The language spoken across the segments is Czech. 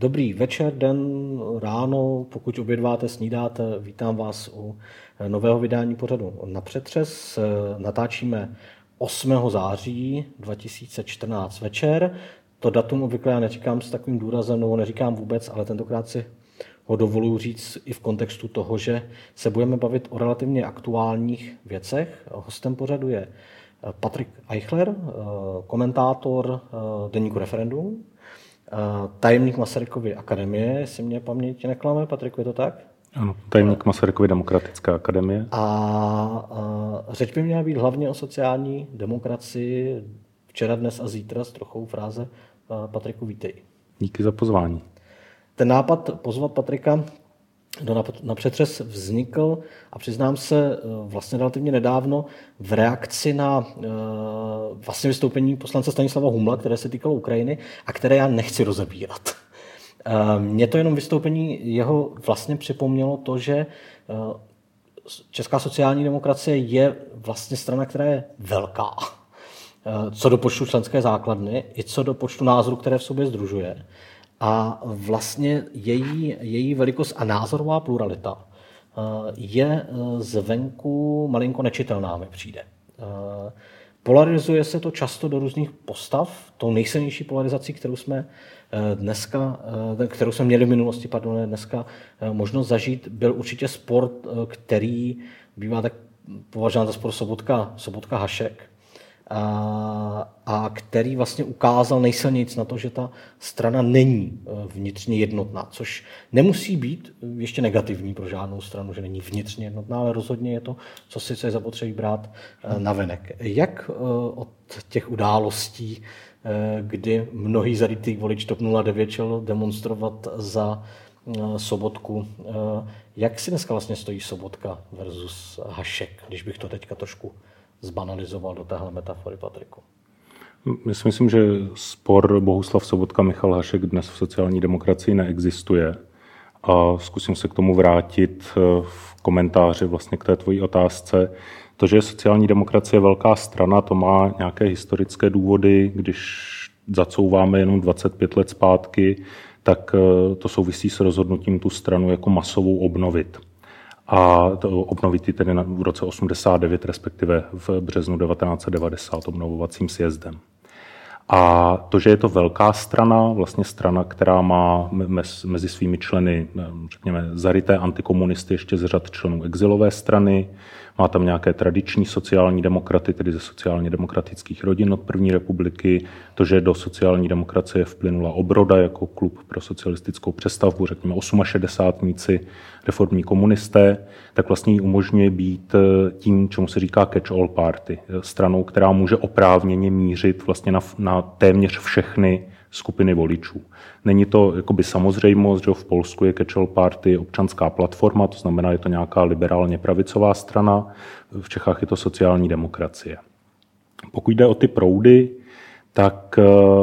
Dobrý večer, den, ráno, pokud obědváte, snídáte, vítám vás u nového vydání pořadu Na přetřes. Natáčíme 8. září 2014 večer. To datum obvykle já neříkám s takovým důrazem, nebo neříkám vůbec, ale tentokrát si ho dovoluji říct i v kontextu toho, že se budeme bavit o relativně aktuálních věcech. Hostem pořadu je Patrik Eichler, komentátor deníku Referendum, tajemník Masarykovy akademie, jestli mě paměť neklame. Patriku, je to tak? Ano, tajemník Masarykovy demokratické akademie. A řeč by měla být hlavně o sociální demokracii včera, dnes a zítra s trochou fráze. Patriku, vítej. Díky za pozvání. Ten nápad pozvat Patrika na přetřes vznikl a přiznám se vlastně relativně nedávno v reakci na vlastně vystoupení poslance Stanislava Humla, které se týkalo Ukrajiny a které já nechci rozebírat. Mně to jenom vystoupení jeho vlastně připomnělo to, že česká sociální demokracie je vlastně strana, která je velká. Co do počtu členské základny i co do počtu názorů, které v sobě sdružuje. A vlastně její velikost a názorová pluralita je zvenku malinko nečitelná, mi přijde. Polarizuje se to často do různých postav. Tou nejsilnější polarizací, kterou jsme měli v minulosti, dneska možnost zažít, byl určitě spor, který bývá tak považován za spor Sobotka-Hašek. A který vlastně ukázal nejsilnějc na to, že ta strana není vnitřně jednotná, což nemusí být ještě negativní pro žádnou stranu, že není vnitřně jednotná, ale rozhodně je to, co je zapotřebí brát navenek. Jak od těch událostí, kdy mnohý zarytý volič TOP 09 šel demonstrovat za Sobotku, jak si dneska vlastně stojí Sobotka versus Hašek, když bych to teďka trošku zbanalizoval do téhle metafory, Patriku? Já si myslím, že spor Bohuslav Sobotka, Michal Hašek dnes v sociální demokracii neexistuje. A zkusím se k tomu vrátit v komentáři vlastně k té tvojí otázce. To, že je sociální demokracie velká strana, to má nějaké historické důvody. Když zacouváme jenom 25 let zpátky, tak to souvisí s rozhodnutím tu stranu jako masovou obnovit. A to obnovit ji tedy v roce 89, respektive v březnu 1990 obnovovacím sjezdem. A to, že je to velká strana, vlastně strana, která má mezi svými členy, řekněme, zaryté antikomunisty ještě z řad členů exilové strany, má tam nějaké tradiční sociální demokraty, tedy ze sociálně demokratických rodin od první republiky, to, že do sociální demokracie vplynula Obroda jako klub pro socialistickou přestavbu, řekněme 68níci, reformní komunisté, tak vlastně jí umožňuje být tím, čemu se říká catch-all party, stranou, která může oprávněně mířit vlastně na téměř všechny skupiny voličů. Není to jakoby samozřejmost, že v Polsku je catch-all party občanská platforma, to znamená, je to nějaká liberálně pravicová strana, v Čechách je to sociální demokracie. Pokud jde o ty proudy, tak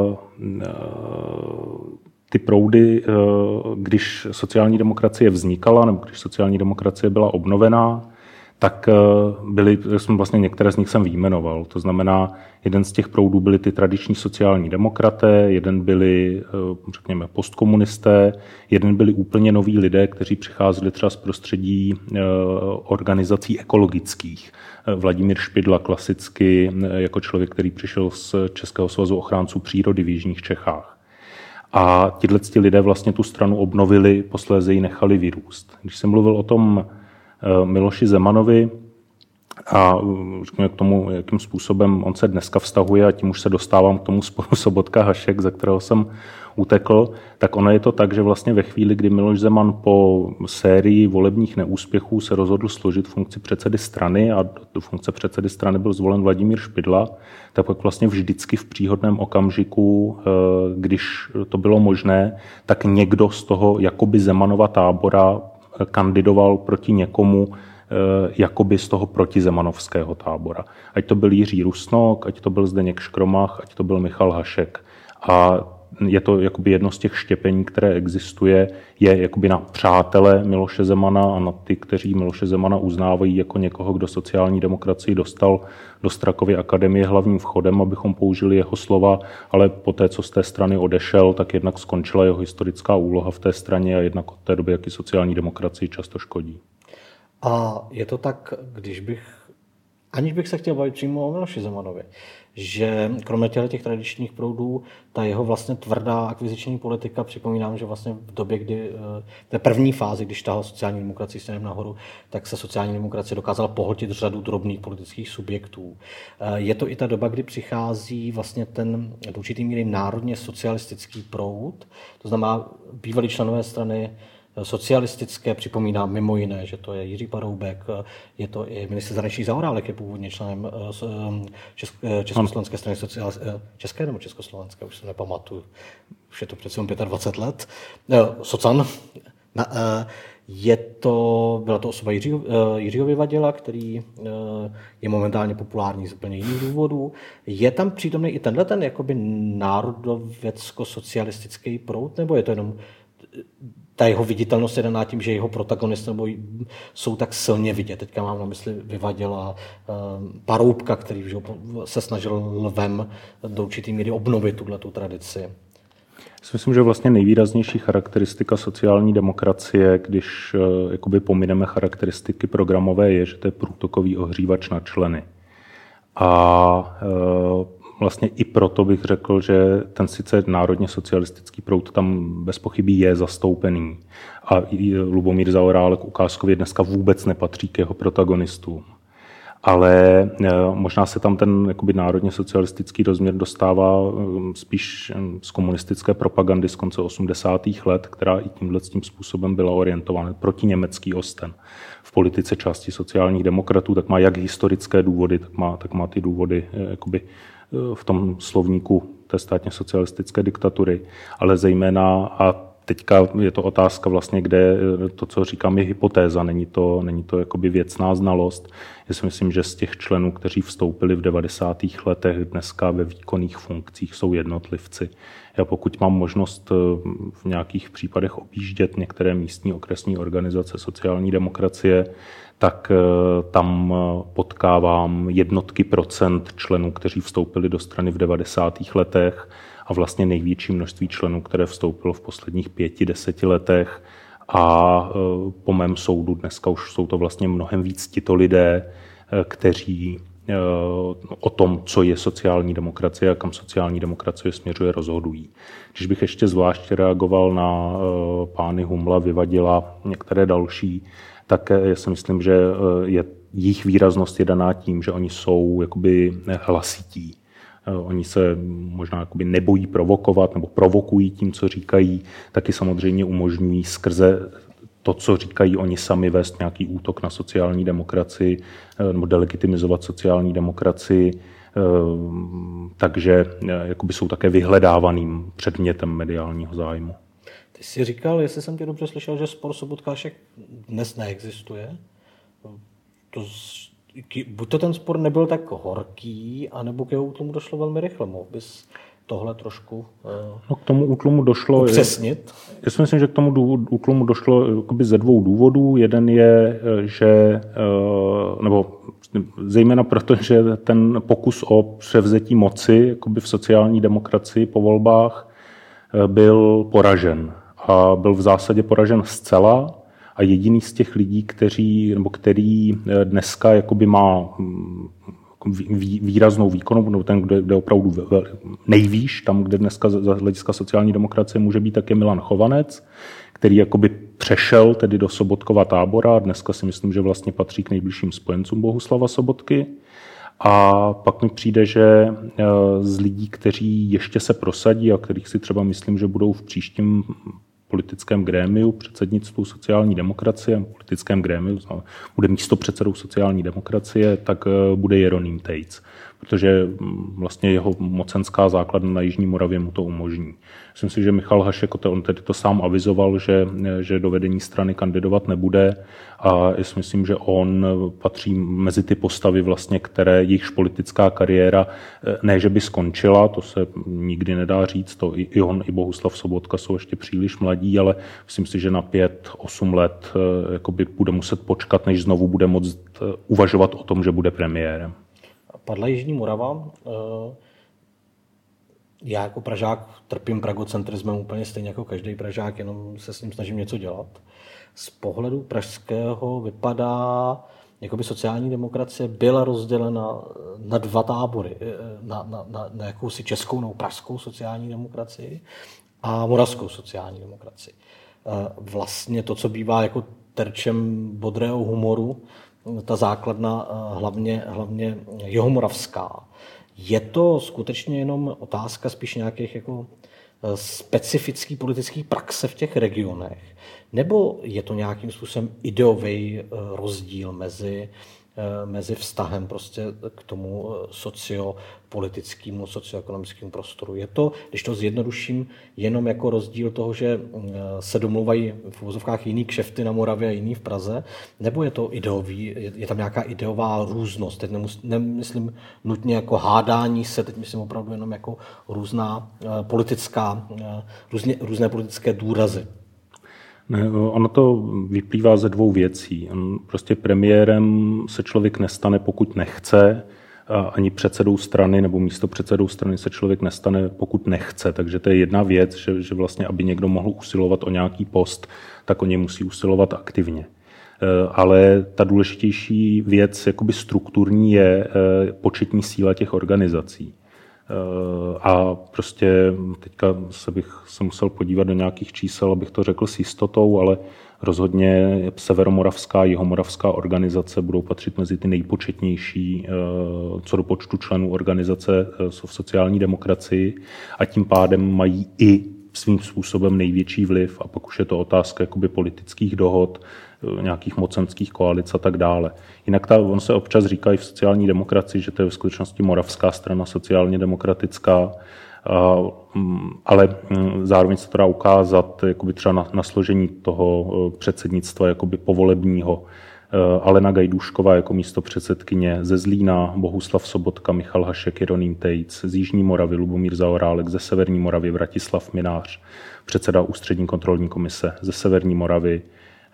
ty proudy, když sociální demokracie vznikala, nebo když sociální demokracie byla obnovená, tak vlastně některé z nich jsem vyjmenoval. To znamená, jeden z těch proudů byli ty tradiční sociální demokraté, jeden byli, řekněme, postkomunisté, jeden byli úplně noví lidé, kteří přicházeli třeba z prostředí organizací ekologických. Vladimír Špidla klasicky jako člověk, který přišel z Českého svazu ochránců přírody v jižních Čechách. A tihleti lidé vlastně tu stranu obnovili, posléze ji nechali vyrůst. Když jsem mluvil o tom Miloši Zemanovi a řekněme k tomu, jakým způsobem on se dneska vztahuje, a tím už se dostávám k tomu sporu Sobotka-Hašek, za kterého jsem utekl, tak ono je to tak, že vlastně ve chvíli, kdy Miloš Zeman po sérii volebních neúspěchů se rozhodl složit funkci předsedy strany a do funkce předsedy strany byl zvolen Vladimír Špidla, tak pak vlastně vždycky v příhodném okamžiku, když to bylo možné, tak někdo z toho jakoby Zemanova tábora kandidoval proti někomu jakoby z toho protizemanovského tábora. Ať to byl Jiří Rusnok, ať to byl Zdeněk Škromach, ať to byl Michal Hašek. A je to jakoby jedno z těch štěpení, které existuje, je jakoby na přátele Miloše Zemana a na ty, kteří Miloše Zemana uznávají jako někoho, kdo sociální demokracii dostal do Strakovy akademie hlavním vchodem, abychom použili jeho slova, ale po té, co z té strany odešel, tak jednak skončila jeho historická úloha v té straně a jednak od té doby, jak i sociální demokracii často škodí. A je to tak, aniž bych se chtěl bavit přímo o Miloši Zemanovi, že kromě těch tradičních proudů, ta jeho vlastně tvrdá akviziční politika, připomínám, že vlastně v době, kdy v té první fázi, když tahal sociální demokracii směrem nahoru, tak se sociální demokracie dokázala pohltit řadu drobných politických subjektů. Je to i ta doba, kdy přichází vlastně ten do určitý míry národně socialistický proud, to znamená bývalí členové strany socialistické, připomínám mimo jiné, že to je Jiří Paroubek, je to i ministr zahraničí Zaorálek, je původně členem Československé strany české nebo československé, už se nepamatuju, už je to přece 25 let, Socan. Byla to osoba Jiřího Vyvadila, který je momentálně populární z úplně jiných důvodů. Je tam přítomný i ten jakoby národověcko-socialistický proud, nebo je to jenom ta jeho viditelnost je daná tím, že jeho protagonisty jsou tak silně vidět. Teďka mám na mysli Vyvadila, Paroubka, který se snažil lvem do určitý míry obnovit tuhletu tradici. Myslím, že vlastně nejvýraznější charakteristika sociální demokracie, když jakoby pomineme charakteristiky programové, je, že to je průtokový ohřívač na členy. A vlastně i proto bych řekl, že ten sice národně socialistický proud tam bez pochyby je zastoupený. A Lubomír Zaorálek ukázkově dneska vůbec nepatří k jeho protagonistům. Ale možná se tam ten jakoby národně socialistický rozměr dostává spíš z komunistické propagandy z konce 80. let, která i tímhle tím způsobem byla orientována proti německý osten. V politice části sociálních demokratů tak má jak historické důvody, tak má ty důvody jakoby v tom slovníku té státně socialistické diktatury, ale zejména, a teďka je to otázka vlastně, kde to, co říkám, je hypotéza, není to jakoby věcná znalost. Já si myslím, že z těch členů, kteří vstoupili v 90. letech, dneska ve výkonných funkcích jsou jednotlivci. Já pokud mám možnost v nějakých případech objíždět některé místní okresní organizace sociální demokracie, tak tam potkávám jednotky procent členů, kteří vstoupili do strany v 90. letech a vlastně největší množství členů, které vstoupilo v posledních 5-10 letech. A po mém soudu dneska už jsou to vlastně mnohem víc tito lidé, kteří o tom, co je sociální demokracie a kam sociální demokracie směřuje, rozhodují. Když bych ještě zvlášť reagoval na pány Humla, Vyvadila, některé další, tak já si myslím, že jejich výraznost je daná tím, že oni jsou jakoby hlasití. Oni se možná jakoby nebojí provokovat nebo provokují tím, co říkají, taky samozřejmě umožňují skrze to, co říkají oni sami, vést nějaký útok na sociální demokracii nebo delegitimizovat sociální demokracii, takže jakoby jsou také vyhledávaným předmětem mediálního zájmu. Ty jsi říkal, jestli jsem tě dobře slyšel, že spor Sobotkášek dnes neexistuje. Buď to ten spor nebyl tak horký, anebo k jeho útlumu došlo velmi rychle. Mohl bys tohle trošku k tomu útlumu došlo upřesnit? Já si myslím, že k tomu útlumu došlo ze dvou důvodů. Jeden je, že nebo zejména proto, že ten pokus o převzetí moci v sociální demokracii po volbách byl poražen. A byl v zásadě poražen zcela. A jediný z těch lidí, který dneska jakoby má výraznou výkonu, nebo ten, kde opravdu nejvýš, tam, kde dneska z hlediska sociální demokracie může být, tak je Milan Chovanec, který jakoby přešel tedy do Sobotkova tábora a dneska si myslím, že vlastně patří k nejbližším spojencům Bohuslava Sobotky. A pak mi přijde, že z lidí, kteří ještě se prosadí a kterých si třeba myslím, že budou v příštím politickém grémiu, předsednictvu sociální demokracie, politickém grémiu, bude místopředsedou sociální demokracie, tak bude Jeroným Tejc. protože vlastně jeho mocenská základna na Jižní Moravě mu to umožní. Myslím si, že Michal Hašek, on tedy to sám avizoval, že do vedení strany kandidovat nebude a já si myslím, že on patří mezi ty postavy, vlastně, které jejichž politická kariéra ne, že by skončila, to se nikdy nedá říct, to i on, i Bohuslav Sobotka jsou ještě příliš mladí, ale myslím si, že na 5-8 let jakoby bude muset počkat, než znovu bude moct uvažovat o tom, že bude premiérem. Padla Jižní Morava. Já jako Pražák trpím pragocentrismem úplně stejně jako každý Pražák, jenom se s ním snažím něco dělat. Z pohledu pražského vypadá, jako by sociální demokracie byla rozdělena na dva tábory. Na jakousi českou nebo pražskou sociální demokracii a moravskou sociální demokracii. Vlastně to, co bývá jako terčem bodrého humoru, ta základna hlavně jihomoravská. Je to skutečně jenom otázka spíš nějakých jako specifických politických praxe v těch regionech? Nebo je to nějakým způsobem ideový rozdíl mezi vztahem prostě k tomu sociopolitickému, socioekonomickému prostoru? Je to, když to zjednoduším, jenom jako rozdíl toho, že se domluvají v uvozovkách jiný kšefty na Moravě a jiný v Praze, nebo je to ideový, je tam nějaká ideová různost? Teď nemyslím nutně jako hádání se, teď myslím opravdu jenom jako různé politické důrazy. Ne, ono to vyplývá ze dvou věcí. Prostě premiérem se člověk nestane, pokud nechce, ani předsedou strany nebo místopředsedou strany se člověk nestane, pokud nechce. Takže to je jedna věc, že vlastně, aby někdo mohl usilovat o nějaký post, tak o něj musí usilovat aktivně. Ale ta důležitější věc, jakoby strukturní, je početní síla těch organizací. A prostě teďka bych se musel podívat do nějakých čísel, abych to řekl s jistotou, ale rozhodně severomoravská, jihomoravská organizace budou patřit mezi ty nejpočetnější co do počtu členů organizace v sociální demokracii a tím pádem mají i svým způsobem největší vliv a pak už je to otázka jakoby politických dohod, nějakých mocenských koalic a tak dále. Jinak on se občas říká i v sociální demokracii, že to je v skutečnosti moravská strana sociálně demokratická, ale zároveň se to dá ukázat jakoby třeba na složení toho předsednictva jakoby povolebního. Alena Gajdůšková jako místopředsedkyně ze Zlína, Bohuslav Sobotka, Michal Hašek, Jeroným Tejc, z Jižní Moravy Lubomír Zaorálek, ze Severní Moravy Vratislav Minář, předseda Ústřední kontrolní komise ze Severní Moravy,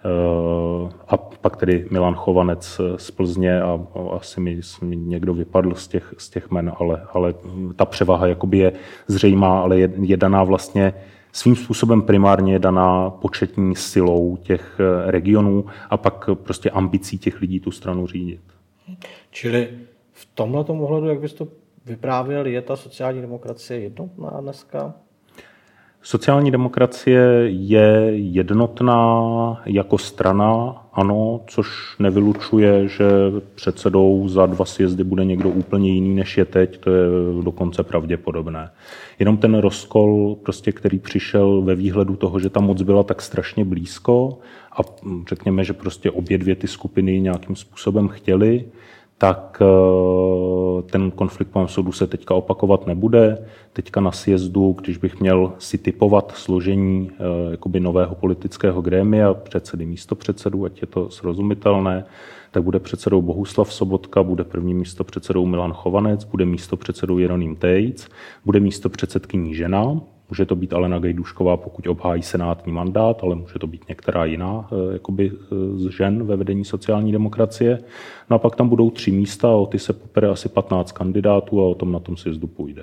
a pak tedy Milan Chovanec z Plzně a asi mi někdo vypadl z těch jmen, ale ta převaha jakoby je zřejmá, ale je daná vlastně svým způsobem primárně je daná početní silou těch regionů a pak prostě ambicí těch lidí tu stranu řídit. Čili v tomhletom ohledu, jak bys to vyprávěl, je ta sociální demokracie jednotná dneska? Sociální demokracie je jednotná jako strana, ano, což nevylučuje, že předsedou za 2 sjezdy bude někdo úplně jiný, než je teď, to je dokonce pravděpodobné. Jenom ten rozkol, prostě, který přišel ve výhledu toho, že ta moc byla tak strašně blízko a řekněme, že prostě obě dvě ty skupiny nějakým způsobem chtěly, tak ten konflikt po mém soudu se teďka opakovat nebude. Teďka na sjezdu, když bych měl si typovat složení jakoby nového politického grémia, předsedy místopředsedů, ať je to srozumitelné, tak bude předsedou Bohuslav Sobotka, bude prvním místopředsedou Milan Chovanec, bude místopředsedou Jeroným Tejc, bude místopředsedkyní žena, může to být Alena Gajdůšková, pokud obhájí senátní mandát, ale může to být některá jiná jakoby z žen ve vedení sociální demokracie. No a pak tam budou 3 místa a o ty se popere asi 15 kandidátů a o tom na tom sjezdu půjde.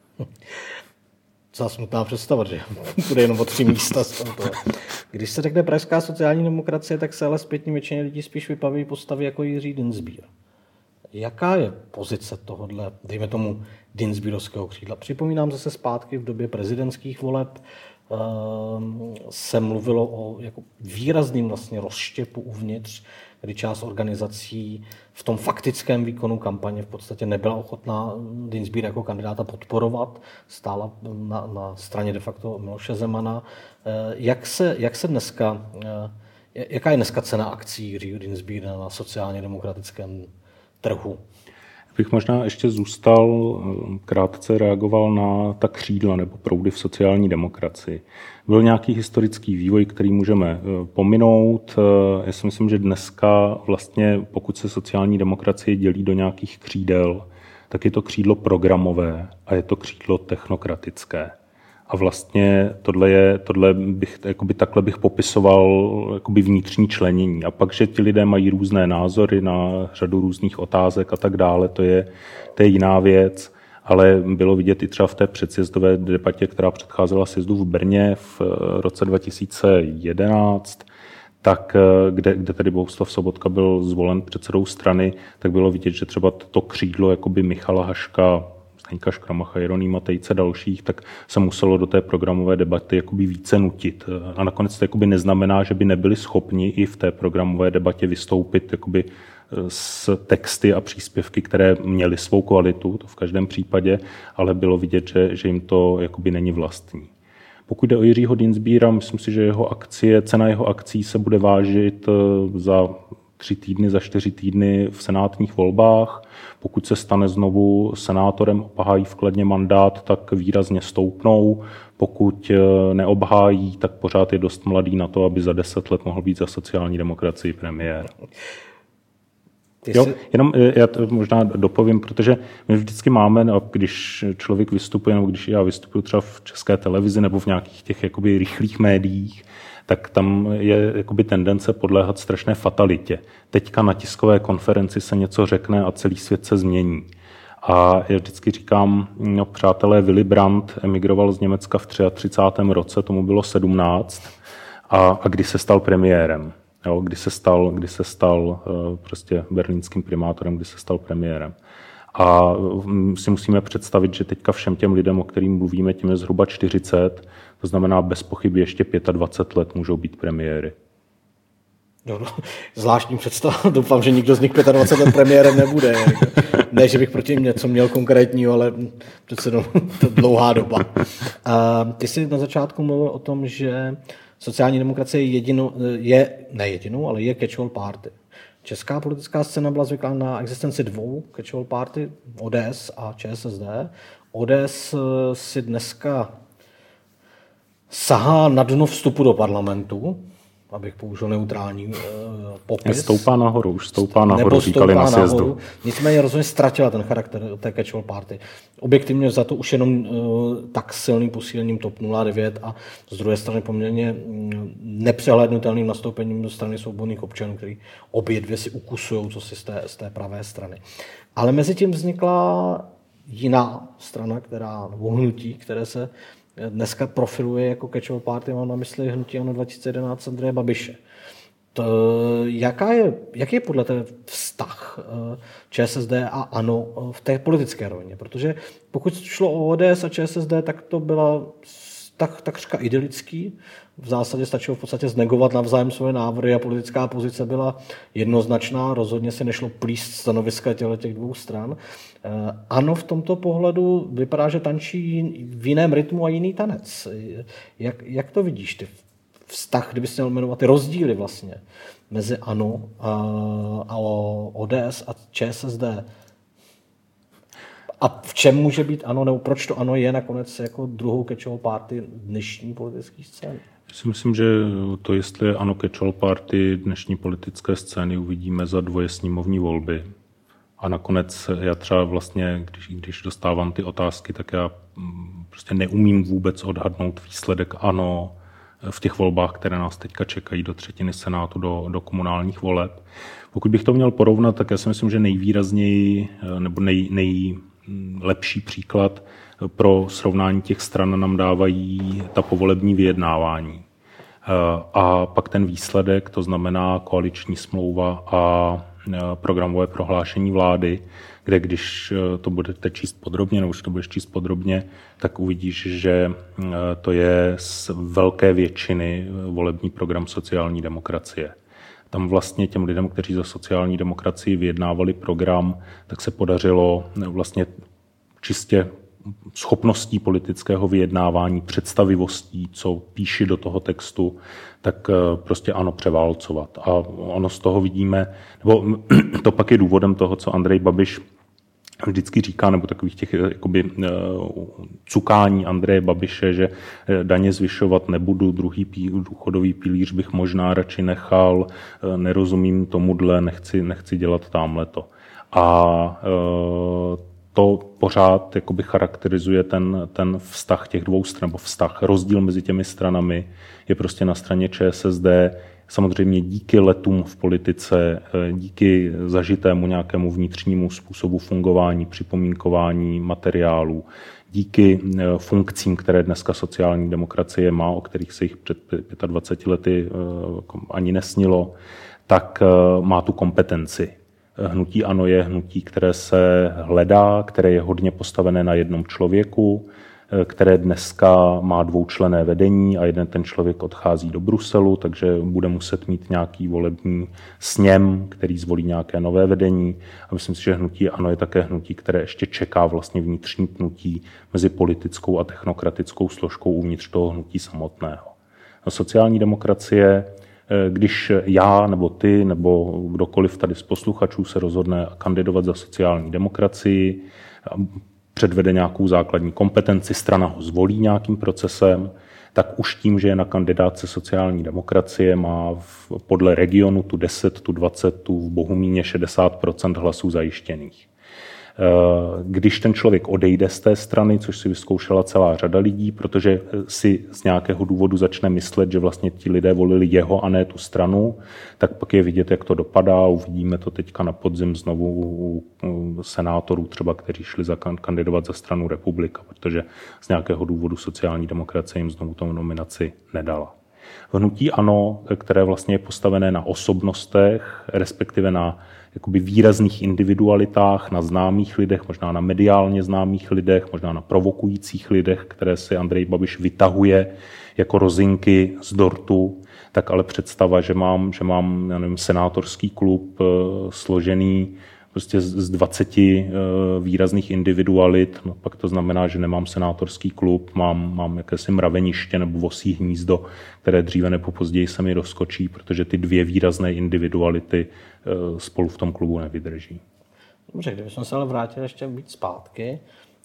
Docela smutná představa, že bude jenom o 3 místa. Když se řekne pražská sociální demokracie, tak se ale zpětně většině lidí spíš vybaví postavy jako Jiří Dienstbier. Jaká je pozice tohohle, dejme tomu, dienstbierovského křídla? Připomínám zase zpátky v době prezidentských voleb se mluvilo o jako výrazným vlastně rozštěpu uvnitř, kdy část organizací v tom faktickém výkonu kampaně v podstatě nebyla ochotná Dienstbier jako kandidáta podporovat, stála na straně de facto Miloše Zemana. Jaká je dneska cena akcí Jiřího Dienstbiera na sociálně demokratickém trhu? Bych možná ještě zůstal, krátce reagoval na ta křídla nebo proudy v sociální demokracii. Byl nějaký historický vývoj, který můžeme pominout. Já si myslím, že dneska vlastně, pokud se sociální demokracie dělí do nějakých křídel, tak je to křídlo programové a je to křídlo technokratické. A vlastně takhle bych popisoval vnitřní členění. A pak, že ti lidé mají různé názory na řadu různých otázek a tak dále, to je jiná věc. Ale bylo vidět i třeba v té předsjezdové debatě, která předcházela sjezdu v Brně v roce 2011, tak kde tedy Bohuslav Sobotka byl zvolen předsedou strany, tak bylo vidět, že třeba to křídlo jakoby Michala Haška, Zdeňka Škramacha, Jeronýma Tejce dalších, tak se muselo do té programové debaty jakoby více nutit. A nakonec to jakoby neznamená, že by nebyli schopni i v té programové debatě vystoupit jakoby s texty a příspěvky, které měly svou kvalitu, to v každém případě, ale bylo vidět, že jim to jakoby není vlastní. Pokud jde o Jiřího Dienstbiera, myslím si, že cena jeho akcí se bude vážit za 3 týdny, za 4 týdny v senátních volbách. Pokud se stane znovu senátorem, obhájí vkladně mandát, tak výrazně stoupnou. Pokud neobhájí, tak pořád je dost mladý na to, aby za 10 let mohl být za sociální demokracii premiér. Jo, jenom já to možná dopovím, protože my vždycky máme, když člověk vystupuje, nebo když já vystupuji třeba v České televizi nebo v nějakých těch jakoby rychlých médiích, tak tam je jakoby tendence podléhat strašné fatalitě. Teďka na tiskové konferenci se něco řekne a celý svět se změní. A já vždycky říkám, přátelé, Willy Brandt emigroval z Německa v 33. roce, tomu bylo 17, a kdy se stal premiérem. Jo, kdy se stal prostě berlínským primátorem, kdy se stal premiérem. A si musíme představit, že teďka všem těm lidem, o kterým mluvíme, tím je zhruba 40, to znamená bez pochyby ještě 25 let můžou být premiéry. No, zvláštní představa. Doufám, že nikdo z nich 25 let premiérem nebude. Ne, že bych proti ním něco měl konkrétního, ale přece to dlouhá doba. Ty jsi na začátku mluvil o tom, že sociální demokracie je catch-all party. Česká politická scéna byla zvyklá na existenci 2 catch-all party, ODS a ČSSD. ODS si dneska sahá na dno vstupu do parlamentu, abych použil neutrální popis. Stoupá nahoru, říkali na sjezdu. Nicméně rozhodně ztratila ten charakter té catch-all party. Objektivně za to už jenom tak silným posílením TOP 09 a z druhé strany poměrně nepřehlédnutelným nastoupením do strany svobodných občanů, který obě dvě si ukusují, co si z té pravé strany. Ale mezi tím vznikla jiná strana, nebo hnutí, které se dneska profiluje jako catch-all party, mám na mysli hnutí ANO 2011 Andreje Babiše. Jaký je podle tebe vztah ČSSD a ANO v té politické rovině? Protože pokud šlo o ODS a ČSSD, tak to byla takřka idylický. V zásadě stačilo v podstatě znegovat navzájem svoje návrhy a politická pozice byla jednoznačná. Rozhodně se nešlo plíst stanoviska těch 2 stran. ANO v tomto pohledu vypadá, že tančí v jiném rytmu a jiný tanec. Jak to vidíš ty vztah, kdybys měl jmenovat ty rozdíly vlastně mezi ANO a ODS a ČSSD? A v čem může být ANO, nebo proč to ANO je nakonec jako druhou catch-all party dnešní politické scény? Já si myslím, že to, jestli je ANO catch-all party dnešní politické scény, uvidíme za 2 sněmovní volby. A nakonec já třeba vlastně, když dostávám ty otázky, tak já prostě neumím vůbec odhadnout výsledek ANO v těch volbách, které nás teďka čekají do 1/3 Senátu, do komunálních voleb. Pokud bych to měl porovnat, tak já si myslím, že nejvýrazněji nebo nejlepší příklad pro srovnání těch stran nám dávají ta povolební vyjednávání. A pak ten výsledek, to znamená koaliční smlouva a programové prohlášení vlády, kde když to budete číst podrobně, nebo když to budeš číst podrobně, tak uvidíš, že to je z velké většiny volební program sociální demokracie. Tam vlastně těm lidem, kteří za sociální demokracii vyjednávali program, tak se podařilo vlastně čistě schopností politického vyjednávání, představivostí, co píši do toho textu, tak prostě ANO převálcovat. A ono z toho vidíme, nebo to pak je důvodem toho, co Andrej Babiš vždycky říká, nebo takových těch jakoby cukání Andreje Babiše, že daně zvyšovat nebudu, druhý důchodový pilíř bych možná radši nechal, nerozumím tomuhle, nechci dělat támhleto. A to pořád jakoby charakterizuje ten vztah těch dvou stran, nebo rozdíl mezi těmi stranami je prostě na straně ČSSD. Samozřejmě díky letům v politice, díky zažitému nějakému vnitřnímu způsobu fungování, připomínkování materiálů, díky funkcím, které dneska sociální demokracie má, o kterých se jich před 25 lety ani nesnilo, tak má tu kompetenci. Hnutí ANO je hnutí, které se hledá, které je hodně postavené na jednom člověku, které dneska má dvoučlenné vedení a jeden ten člověk odchází do Bruselu, takže bude muset mít nějaký volební sněm, který zvolí nějaké nové vedení. A myslím si, že hnutí ANO je také hnutí, které ještě čeká vlastně vnitřní pnutí mezi politickou a technokratickou složkou uvnitř toho hnutí samotného. A sociální demokracie, když já nebo ty nebo kdokoliv tady z posluchačů se rozhodne kandidovat za sociální demokracii, předvede nějakou základní kompetenci, strana ho zvolí nějakým procesem, tak už tím, že je na kandidátce sociální demokracie, má podle regionu tu 10, tu 20, tu v Bohumíně 60% hlasů zajištěných. Když ten člověk odejde z té strany, což si vyzkoušela celá řada lidí, protože si z nějakého důvodu začne myslet, že vlastně ti lidé volili jeho a ne tu stranu, tak pak je vidět, jak to dopadá. Uvidíme to teďka na podzim znovu u senátorů třeba, kteří šli kandidovat za stranu Republika, protože z nějakého důvodu sociální demokracie jim znovu tu nominaci nedala. Hnutí ANO, které vlastně je postavené na osobnostech, respektive na jakoby výrazných individualitách, na známých lidech, možná na mediálně známých lidech, možná na provokujících lidech, které si Andrej Babiš vytahuje jako rozinky z dortu, tak ale představa, že mám já nevím, senátorský klub složený prostě z 20 výrazných individualit, no pak to znamená, že nemám senátorský klub, mám jakési mraveniště nebo vosí hnízdo, které dříve nebo později se mi rozskočí, protože ty dvě výrazné individuality spolu v tom klubu nevydrží. Dobře, kdybychom se ale vrátili ještě víc zpátky,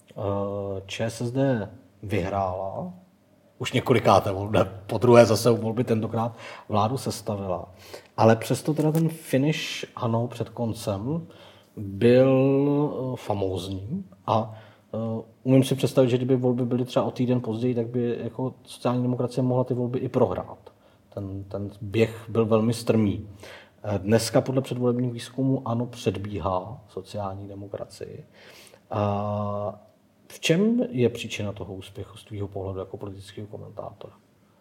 ČSSD vyhrála, už několikáté volby, po druhé zase volby tentokrát vládu sestavila, ale přesto teda ten finish ANO před koncem byl famózní a umím si představit, že kdyby volby byly třeba o týden později, tak by jako sociální demokracie mohla ty volby i prohrát. Ten běh byl velmi strmý. Dneska podle předvolebních výzkumů ANO předbíhá sociální demokracii. A v čem je příčina toho úspěchu z tvýho pohledu jako politického komentátora?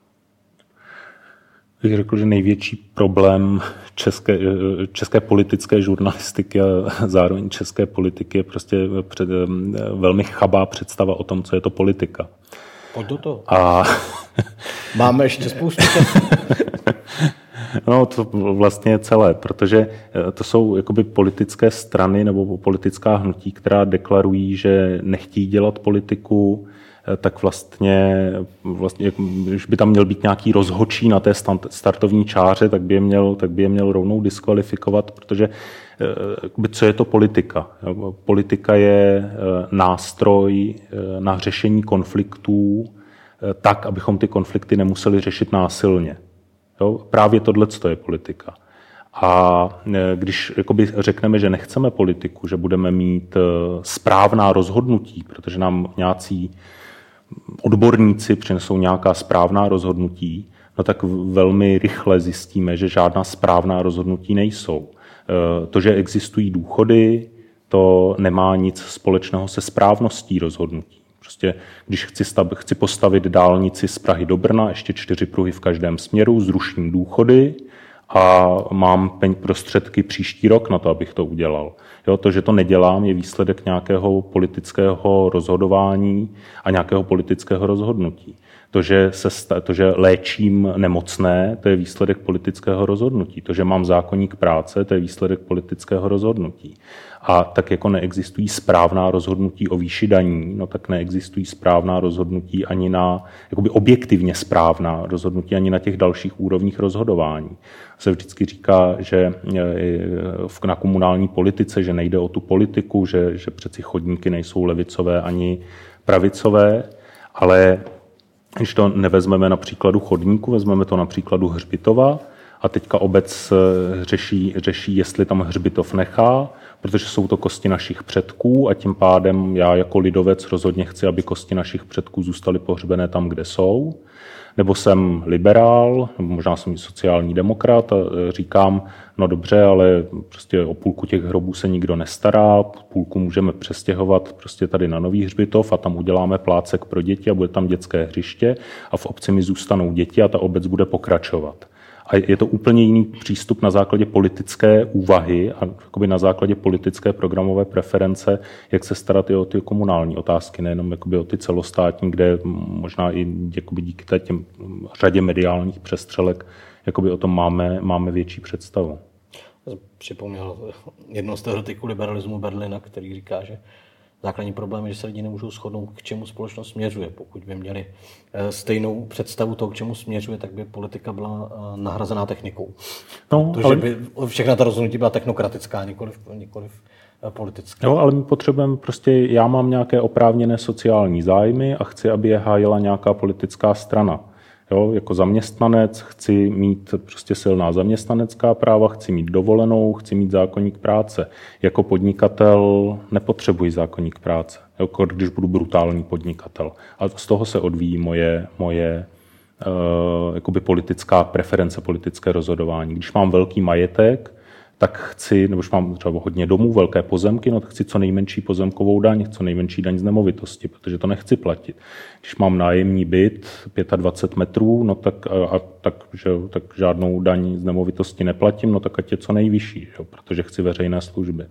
Bych řekl, že největší problém české politické žurnalistiky a zároveň české politiky je prostě velmi chabá představa o tom, co je to politika. Pojď do toho. A máme ještě spoustu. No, to vlastně je celé, protože to jsou jakoby politické strany nebo politická hnutí, která deklarují, že nechtějí dělat politiku, tak vlastně když by tam měl být nějaký rozhodčí na té startovní čáře, tak by je měl rovnou diskvalifikovat, protože co je to politika? Politika je nástroj na řešení konfliktů tak, abychom ty konflikty nemuseli řešit násilně. Jo? Právě tohleto je politika. A když řekneme, že nechceme politiku, že budeme mít správná rozhodnutí, protože nám nějací odborníci přinesou nějaká správná rozhodnutí, no tak velmi rychle zjistíme, že žádná správná rozhodnutí nejsou. To, že existují důchody, to nemá nic společného se správností rozhodnutí. Prostě když chci postavit dálnici z Prahy do Brna, ještě 4 pruhy v každém směru, zruším důchody a mám prostředky příští rok na to, abych to udělal. Jo, to, že to nedělám, je výsledek nějakého politického rozhodování a nějakého politického rozhodnutí. To, že léčím nemocné, to je výsledek politického rozhodnutí. To, že mám zákoník práce, to je výsledek politického rozhodnutí. A tak jako neexistují správná rozhodnutí o výši daní, no tak neexistují správná rozhodnutí ani na, jakoby objektivně správná rozhodnutí ani na těch dalších úrovních rozhodování. Se vždycky říká, že na komunální politice, že nejde o tu politiku, že přeci chodníky nejsou levicové ani pravicové, ale když to nevezmeme na příkladu chodníku, vezmeme to na příkladu hřbitova a teďka obec řeší, jestli tam hřbitov nechá, protože jsou to kosti našich předků a tím pádem já jako lidovec rozhodně chci, aby kosti našich předků zůstaly pohřbené tam, kde jsou. Nebo jsem liberál, nebo možná jsem sociální demokrat a říkám, no dobře, ale prostě o půlku těch hrobů se nikdo nestará, půlku můžeme přestěhovat prostě tady na nový hřbitov a tam uděláme plácek pro děti a bude tam dětské hřiště a v obci mi zůstanou děti a ta obec bude pokračovat. A je to úplně jiný přístup na základě politické úvahy a na základě politické programové preference, jak se starat i o ty komunální otázky, nejenom o ty celostátní, kde možná i díky těm řadě mediálních přestřelek o tom máme větší představu. Připomněl jednoho z teoretiků liberalismu Berlina, který říká, že základní problém je, že se lidi nemůžou shodnout, k čemu společnost směřuje. Pokud by měli stejnou představu toho, k čemu směřuje, tak by politika byla nahrazená technikou. No, protože by všechna ta rozhodnutí byla technokratická, nikoliv politická. Jo, ale my potřebujeme já mám nějaké oprávněné sociální zájmy a chci, aby je hájila nějaká politická strana. Jo, jako zaměstnanec chci mít prostě silná zaměstnanecká práva, chci mít dovolenou, chci mít zákoník práce. Jako podnikatel nepotřebuji zákoník práce, jako když budu brutální podnikatel. A z toho se odvíjí moje politická preference, politické rozhodování. Když mám velký majetek, tak chci, nebo když mám třeba hodně domů, velké pozemky, no tak chci co nejmenší pozemkovou daň, co nejmenší daň z nemovitosti, protože to nechci platit. Když mám nájemní byt 25 metrů, no tak žádnou daň z nemovitosti neplatím, no tak ať je co nejvyšší, jo, protože chci veřejné služby.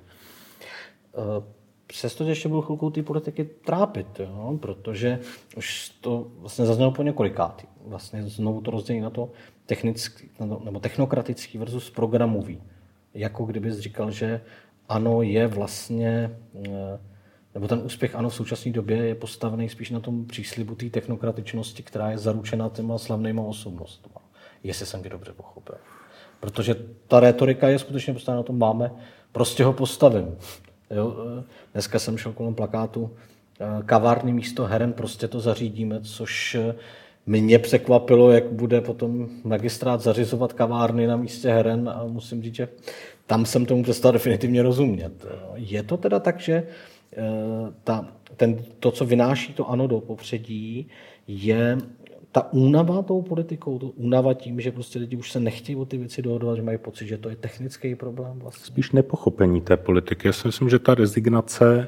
Přesto ještě budu chvilku ty politiky trápit, jo, protože už to vlastně zaznělo po několikátý. Vlastně znovu to rozdělí na to technický, nebo technokratický versus programový. Jako kdybys říkal, že ANO je vlastně, nebo ten úspěch ANO v současné době je postavený spíš na tom příslibu té technokratičnosti, která je zaručena těma slavnýma osobnostmi. Jestli jsem tě dobře pochopil. Protože ta rétorika je skutečně postavena na tom, máme, prostě ho postavím. Jo? Dneska jsem šel kolem plakátu kavárny místo heren, prostě to zařídíme, což mě překvapilo, jak bude potom magistrát zařizovat kavárny na místě heren a musím říct, že tam jsem tomu přestal definitivně rozumět. Je to teda tak, že to, co vynáší to ANO do popředí, je ta únava tou politikou, to únava tím, že prostě lidi už se nechtějí o ty věci dohodovat, že mají pocit, že to je technický problém vlastně. Spíš nepochopení té politiky. Já si myslím, že ta rezignace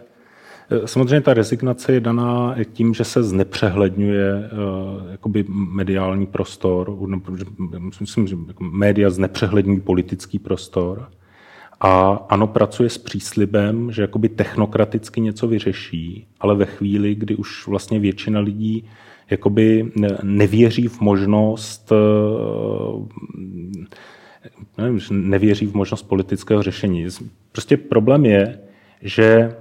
je daná tím, že se znepřehledňuje mediální prostor. Myslím, že média znepřehledňují politický prostor. A ANO pracuje s příslibem, že technokraticky něco vyřeší, ale ve chvíli, kdy už vlastně většina lidí nevěří v možnost nevěří v možnost politického řešení. Prostě problém je, že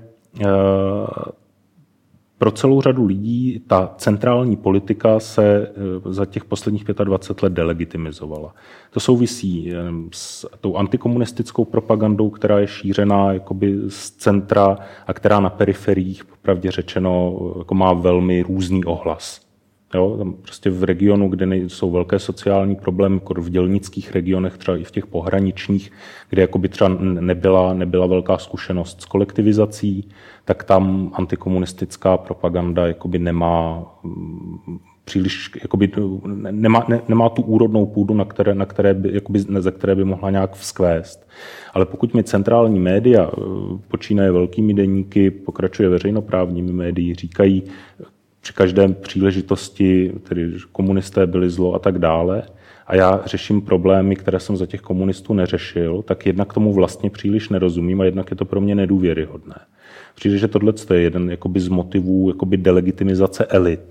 pro celou řadu lidí ta centrální politika se za těch posledních 25 let delegitimizovala. To souvisí s tou antikomunistickou propagandou, která je šířená z centra a která na periferiích, popravdě řečeno, má velmi různý ohlas. Jo, tam prostě v regionu, kde jsou velké sociální problémy, v dělnických regionech, třeba i v těch pohraničních, kde třeba nebyla velká zkušenost s kolektivizací, tak tam antikomunistická propaganda nemá příliš, nemá tu úrodnou půdu, ze které by mohla nějak vzkvést. Ale pokud mi centrální média, počínaje velkými deníky, pokračuje veřejnoprávními médii, říkají, při každé příležitosti, tedy komunisté byli zlo a tak dále, a já řeším problémy, které jsem za těch komunistů neřešil, tak jednak tomu vlastně příliš nerozumím a jednak je to pro mě nedůvěryhodné. Přijde, že tohle je jeden z motivů delegitimizace elit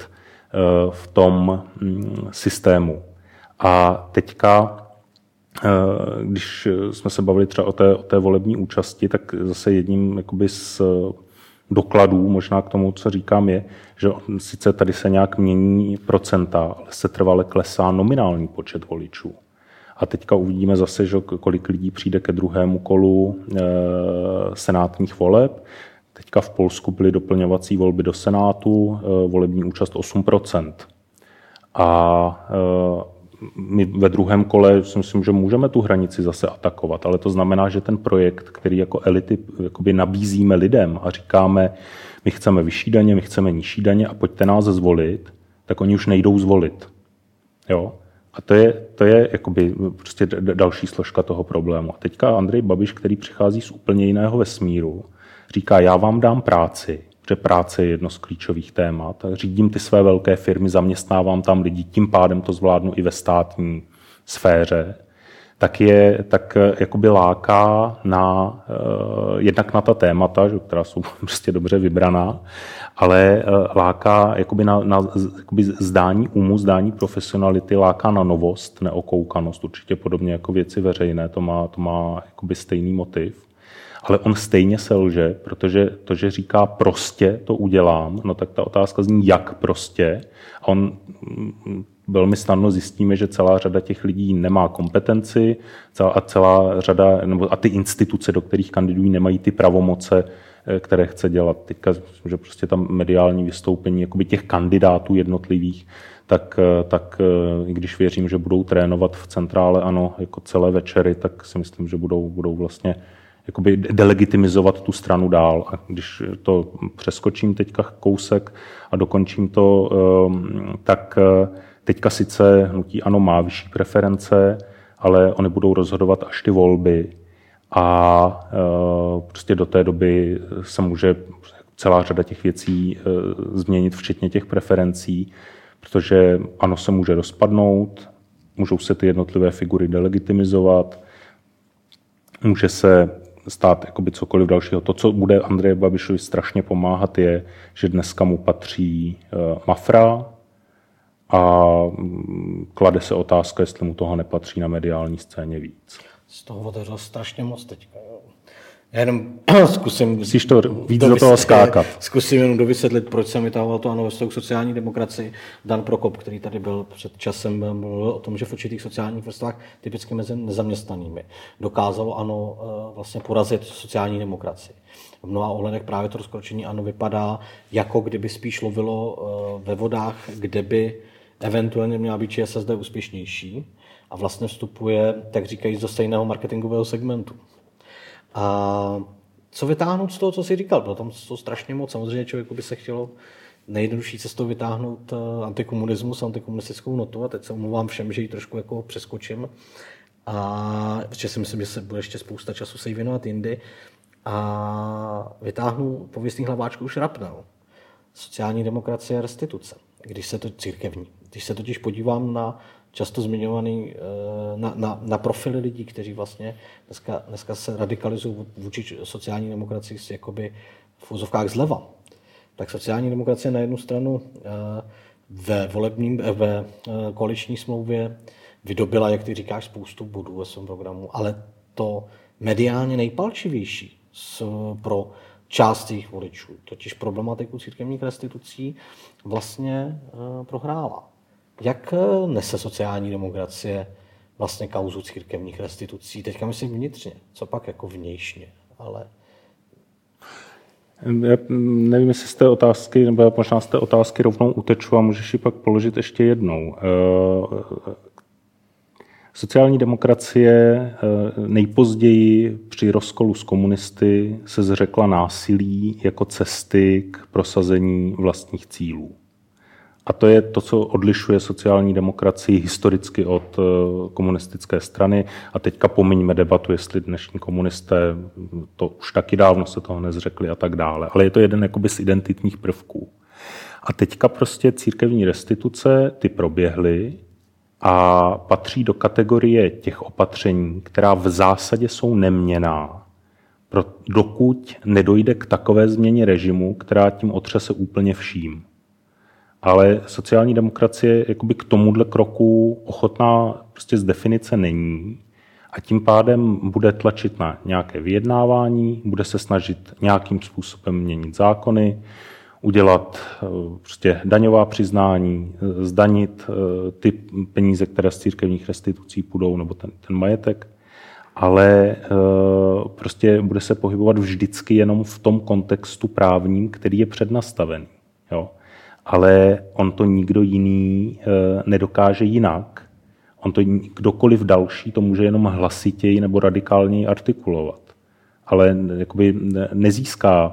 v tom systému. A teďka, když jsme se bavili třeba o té volební účasti, tak zase jedním jakoby z dokladů možná k tomu, co říkám, je, že sice tady se nějak mění procenta, ale se trvale klesá nominální počet voličů. A teďka uvidíme zase, že kolik lidí přijde ke druhému kolu senátních voleb. Teďka v Polsku byly doplňovací volby do Senátu, volební účast 8%. A my ve druhém kole si myslím, že můžeme tu hranici zase atakovat, ale to znamená, že ten projekt, který jako elity jakoby nabízíme lidem a říkáme, my chceme vyšší daně, my chceme nižší daně a pojďte nás zvolit, tak oni už nejdou zvolit. Jo? A to je jakoby prostě další složka toho problému. A teďka Andrej Babiš, který přichází z úplně jiného vesmíru, říká, já vám dám práci, protože práce je jedno z klíčových témat. Řídím ty své velké firmy, zaměstnávám tam lidi, tím pádem to zvládnu i ve státní sféře, tak jakoby láká jednak na ta témata, která jsou prostě dobře vybraná, ale láká jakoby jakoby zdání umu, zdání profesionality, láká na novost, neokoukanost, určitě podobně jako věci veřejné, to má jakoby stejný motiv. Ale on stejně selže, protože to, že říká prostě to udělám, no tak ta otázka zní, jak prostě. A on velmi snadno zjistíme, že celá řada těch lidí nemá kompetenci a ty instituce, do kterých kandidují, nemají ty pravomoce, které chce dělat. Teďka, že prostě tam mediální vystoupení jakoby těch kandidátů jednotlivých, tak i když věřím, že budou trénovat v centrále ANO jako celé večery, tak si myslím, že budou vlastně jakoby delegitimizovat tu stranu dál. A když to přeskočím teďka kousek a dokončím to, tak teďka sice hnutí ANO má vyšší preference, ale oni budou rozhodovat až ty volby a prostě do té doby se může celá řada těch věcí změnit, včetně těch preferencí, protože ANO se může rozpadnout, můžou se ty jednotlivé figury delegitimizovat, může se stát jakoby cokoliv dalšího. To, co bude Andreji Babišovi strašně pomáhat, je, že dneska mu patří Mafra a klade se otázka, jestli mu toho nepatří na mediální scéně víc. Z toho otevřel strašně moc teďka. Já jenom zkusím... Musíš to víc do toho skákat. Zkusím jenom dovysvětlit, proč jsem vytahoval to ANO ve vztahu k sociální demokracii. Dan Prokop, který tady byl před časem, mluvil o tom, že v určitých sociálních vrstvách, typicky mezi nezaměstnanými, dokázalo ANO vlastně porazit sociální demokracii. V mnoha ohledech právě to rozkročení ANO vypadá, jako kdyby spíš lovilo ve vodách, kde by eventuálně měla být ČSSD úspěšnější a vlastně vstupuje, tak říkají, do stejného marketingového segmentu. A co vytáhnout z toho, co jsi říkal? Bylo tam to strašně moc. Samozřejmě člověku by se chtělo nejjednodušší cestou vytáhnout antikomunismus, antikomunistickou notu a teď se omlouvám všem, že ji trošku jako přeskočím. A protože si myslím, že se bude ještě spousta času se jí věnovat jindy. A vytáhnu pověstný hlaváčku už Šrapnel. Sociální demokracie a restituce. Církevní. Když se totiž podívám na často zmiňovaný na profily lidí, kteří vlastně dneska se radikalizují vůči sociální demokracii jakoby v úzovkách zleva. Tak sociální demokracie na jednu stranu ve koaliční smlouvě vydobila, jak ty říkáš, spoustu bodů ve svém programu, ale to mediálně nejpalčivější pro část jejich voličů, totiž problematiku církevních restitucí, vlastně prohrála. Jak nese sociální demokracie vlastně kauzu církevních restitucí? Teďka myslím vnitřně, co pak jako vnějšně, ale... Já nevím, jestli z té otázky, nebo možná z té otázky rovnou uteču a můžeš ji pak položit ještě jednou. Sociální demokracie nejpozději při rozkolu s komunisty se zřekla násilí jako cesty k prosazení vlastních cílů. A to je to, co odlišuje sociální demokracii historicky od komunistické strany. A teďka pomiňme debatu, jestli dnešní komunisté, to už taky dávno se toho nezřekli a tak dále. Ale je to jeden jakoby z identitních prvků. A teďka prostě církevní restituce, ty proběhly a patří do kategorie těch opatření, která v zásadě jsou neměnná, dokud nedojde k takové změně režimu, která tím otřese úplně vším. ale sociální demokracie jakoby k tomuhle kroku ochotná prostě z definice není a tím pádem bude tlačit na nějaké vyjednávání, bude se snažit nějakým způsobem měnit zákony, udělat prostě daňová přiznání, zdanit ty peníze, které z církevních restitucí půjdou, nebo ten majetek, ale prostě bude se pohybovat vždycky jenom v tom kontextu právním, který je přednastavený. Jo. Ale on to nikdo jiný nedokáže jinak. On to kdokoliv další to může jenom hlasitěji nebo radikálněji artikulovat. Ale jakoby nezíská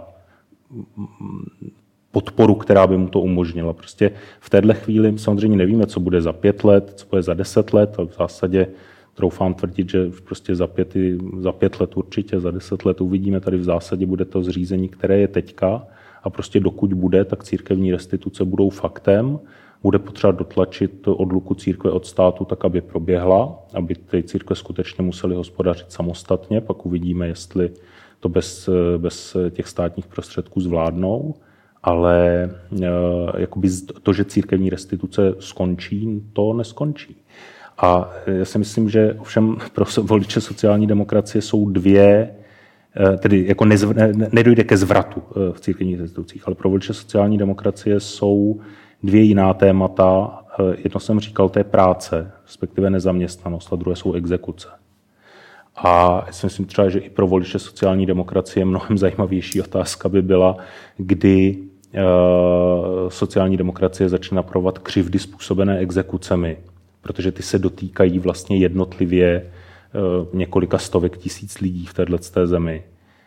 podporu, která by mu to umožnila. Prostě v téhle chvíli samozřejmě nevíme, co bude za 5 let, co bude za 10 let, a v zásadě troufám tvrdit, že prostě za 5 let určitě, za 10 let uvidíme, tady v zásadě bude to zřízení, které je teďka, a prostě dokud bude, tak církevní restituce budou faktem, bude potřeba dotlačit odluku církve od státu tak, aby proběhla, aby ty církve skutečně musely hospodařit samostatně, pak uvidíme, jestli to bez těch státních prostředků zvládnou, ale jakoby to, že církevní restituce skončí, to neskončí. A já si myslím, že ovšem pro voliče sociální demokracie jsou dvě, tedy jako nedojde ke zvratu v církevních restitucích, ale pro voliče sociální demokracie jsou dvě jiná témata. Jedno jsem říkal, to je práce, respektive nezaměstnanost, a druhé jsou exekuce. A já si myslím třeba, že i pro voliče sociální demokracie mnohem zajímavější otázka by byla, kdy sociální demokracie začne napravovat křivdy způsobené exekucemi, protože ty se dotýkají vlastně jednotlivě několika stovek tisíc lidí v této zemi.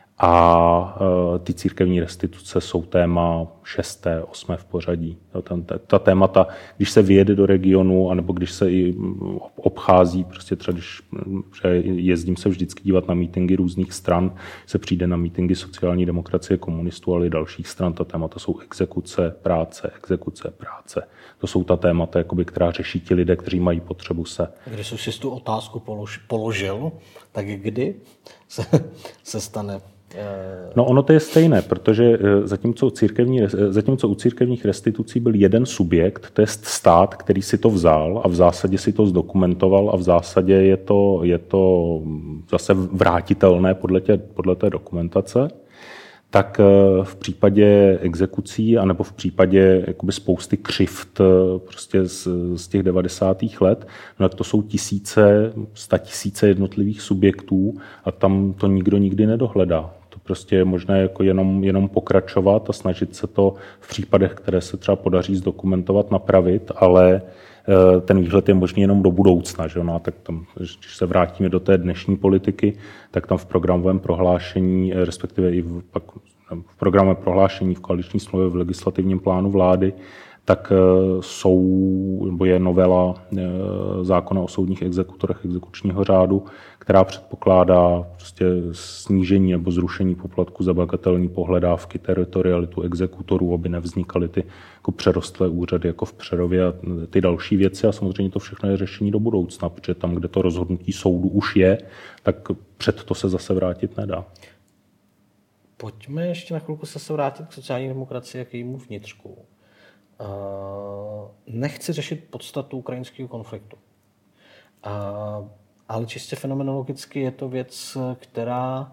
A ty církevní restituce jsou téma 6., 8. v pořadí. Ta témata, když se vyjede do regionu, anebo když se i obchází, prostě třeba když jezdím se vždycky dívat na mítingy různých stran, se přijde na mítingy sociální demokracie, komunistů, ale i dalších stran, ta témata jsou exekuce, práce. To jsou ta témata, jakoby, která řeší ti lidé, kteří mají potřebu se. Když jsi si tu otázku položil, tak kdy se stane? No ono to je stejné, protože zatímco u církevních restitucí byl jeden subjekt, to je stát, který si to vzal a v zásadě si to zdokumentoval a v zásadě je to zase vrátitelné podle té dokumentace, tak v případě exekucí anebo v případě jakoby spousty křivd prostě z těch 90. let, no tak to jsou statisíce jednotlivých subjektů a tam to nikdo nikdy nedohledá. To prostě je možné jako jenom pokračovat a snažit se to v případech, které se třeba podaří zdokumentovat, napravit, ale ten výhled je možný jenom do budoucna. Že? No, tak tam, když se vrátíme do té dnešní politiky, tak tam v programovém prohlášení, respektive i v programovém prohlášení, v koaliční smlouvě, v legislativním plánu vlády, tak je novela zákona o soudních exekutorech exekučního řádu, která předpokládá prostě snížení nebo zrušení poplatku za bagatelní pohledávky, teritorialitu exekutorů, aby nevznikaly ty jako přerostlé úřady jako v Přerově a ty další věci. A samozřejmě to všechno je řešení do budoucna, protože tam, kde to rozhodnutí soudu už je, tak před to se zase vrátit nedá. Pojďme ještě na chvilku se vrátit k sociální demokracii a k jejímu vnitřku. Nechci řešit podstatu ukrajinského konfliktu, ale čistě fenomenologicky je to věc, která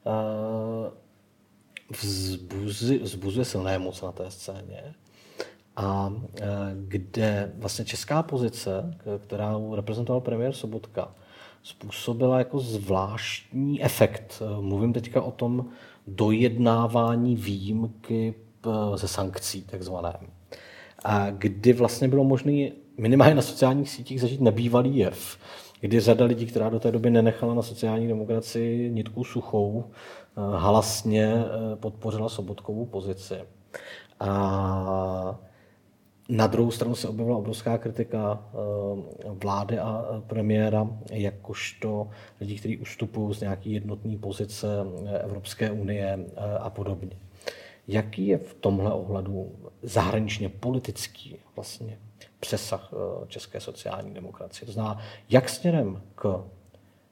vzbuzuje silné emoce na té scéně a kde vlastně česká pozice, kterou reprezentoval premiér Sobotka, způsobila jako zvláštní efekt. Mluvím teďka o tom dojednávání výjimky ze sankcí takzvaném. A kdy vlastně bylo možné minimálně na sociálních sítích zažít nebývalý jev, kdy řada lidí, která do té doby nenechala na sociální demokracii nitku suchou, halasně podpořila Sobotkovu pozici. A na druhou stranu se objevila obrovská kritika vlády a premiéra, jakožto lidí, kteří ustupují z nějaký jednotné pozice Evropské unie a podobně. Jaký je v tomhle ohledu zahraničně politický vlastně přesah české sociální demokracie? To znamená, jak směrem k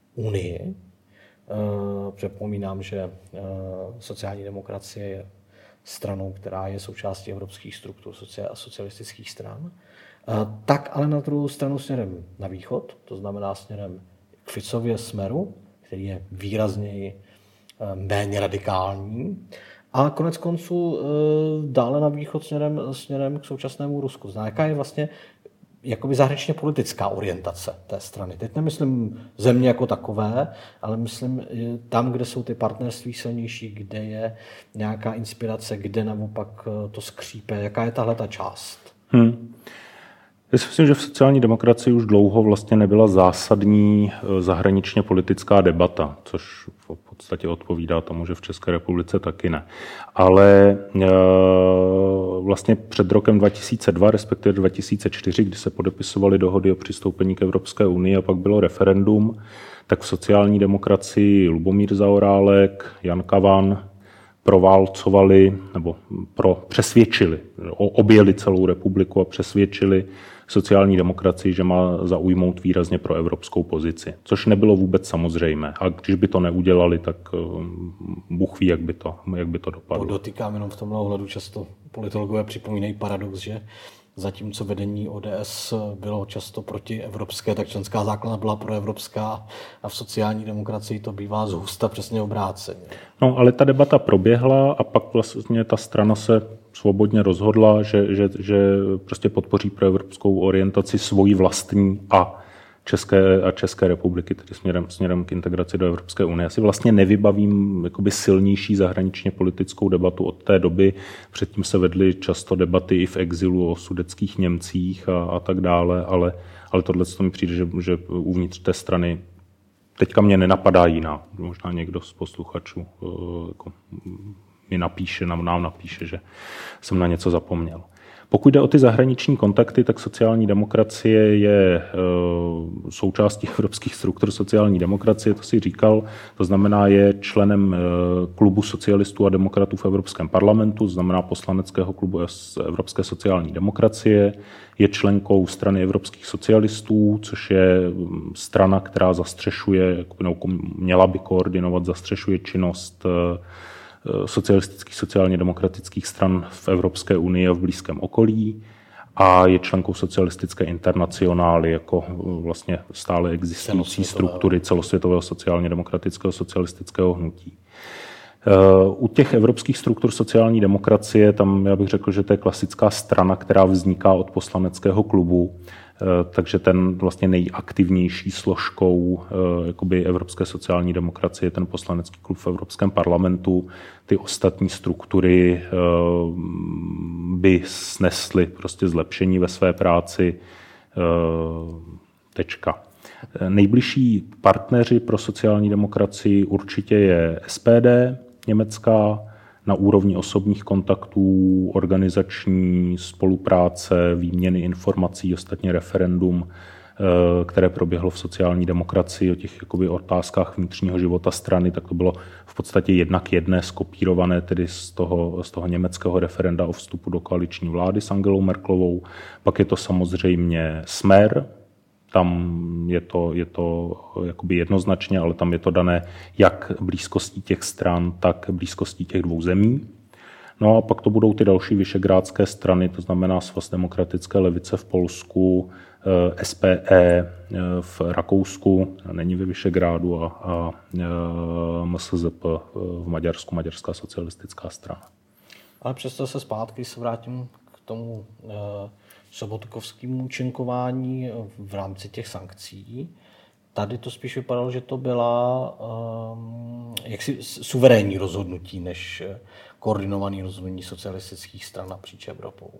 Unii, připomínám, že sociální demokracie je stranou, která je součástí evropských struktur socialistických stran. Tak ale na druhou stranu směrem na východ, to znamená směrem k Ficově Smeru, který je výrazněji méně radikální, a konec konců dále na východ směrem k současnému Rusku. Jaká je vlastně jakoby zahraničně politická orientace té strany. Teď nemyslím země jako takové, ale myslím tam, kde jsou ty partnerství silnější, kde je nějaká inspirace, kde naopak to skřípe. Jaká je tahle ta část? Já si myslím, že v sociální demokracii už dlouho vlastně nebyla zásadní zahraničně politická debata, což v podstatě odpovídá tomu, že v České republice taky ne. Ale vlastně před rokem 2002, respektive 2004, kdy se podepisovaly dohody o přistoupení k Evropské unii a pak bylo referendum, tak v sociální demokracii Lubomír Zaorálek, Jan Kavan proválcovali nebo přesvědčili, objeli celou republiku a přesvědčili sociální demokracii, že má zaujmout výrazně pro evropskou pozici, což nebylo vůbec samozřejmé. A když by to neudělali, tak Bůh ví, jak by to dopadlo. Podotýkám jenom v tomhle ohledu často politologové připomínají paradox, že zatímco vedení ODS bylo často protievropské, tak členská základna byla proevropská a v sociální demokracii to bývá zhusta přesně obráceně. No, ale ta debata proběhla a pak vlastně ta strana se svobodně rozhodla, že prostě podpoří proevropskou orientaci svojí vlastní a České republiky, tedy směrem k integraci do Evropské unie. Já si vlastně nevybavím jakoby silnější zahraničně politickou debatu od té doby. Předtím se vedly často debaty i v exilu o sudetských Němcích a tak dále, ale tohle to mi přijde, že uvnitř té strany teďka mě nenapadá jiná. Možná někdo z posluchačů jako nám napíše, že jsem na něco zapomněl. Pokud jde o ty zahraniční kontakty, tak sociální demokracie je součástí evropských struktur sociální demokracie, to si říkal, to znamená je členem klubu socialistů a demokratů v Evropském parlamentu, to znamená poslaneckého klubu Evropské sociální demokracie, je členkou strany evropských socialistů, což je strana, která zastřešuje, měla by koordinovat, zastřešuje činnost socialistických, sociálně demokratických stran v Evropské unii a v blízkém okolí a je členkou socialistické internacionály jako vlastně stále existující struktury celosvětového sociálně demokratického socialistického hnutí. U těch evropských struktur sociální demokracie, tam já bych řekl, že to je klasická strana, která vzniká od poslaneckého klubu, takže ten vlastně nejaktivnější složkou jakoby evropské sociální demokracie je ten poslanecký klub v Evropském parlamentu. Ty ostatní struktury by snesly prostě zlepšení ve své práci. Tečka. Nejbližší partneři pro sociální demokracii určitě je SPD německá, na úrovni osobních kontaktů, organizační spolupráce, výměny informací, ostatně referendum, které proběhlo v sociální demokracii o těch jakoby otázkách vnitřního života strany, tak to bylo v podstatě jedna k jedné skopírované tedy z toho německého referenda o vstupu do koaliční vlády s Angelou Merkelovou. Pak je to samozřejmě Smer, tam je to jakoby jednoznačně, ale tam je to dané jak blízkostí těch stran, tak blízkostí těch dvou zemí. No a pak to budou ty další vyšegrádské strany, to znamená Svaz demokratické levice v Polsku, SPE v Rakousku, není ve Vyšegrádu, a MSZP v Maďarsku, Maďarská socialistická strana. Ale přesto se zpátky se vrátím k tomu sobotkovskému účinkování v rámci těch sankcí. Tady to spíš vypadalo, že to byla jaksi suverénní rozhodnutí, než koordinovaný rozhodnutí socialistických stran napříč Evropou.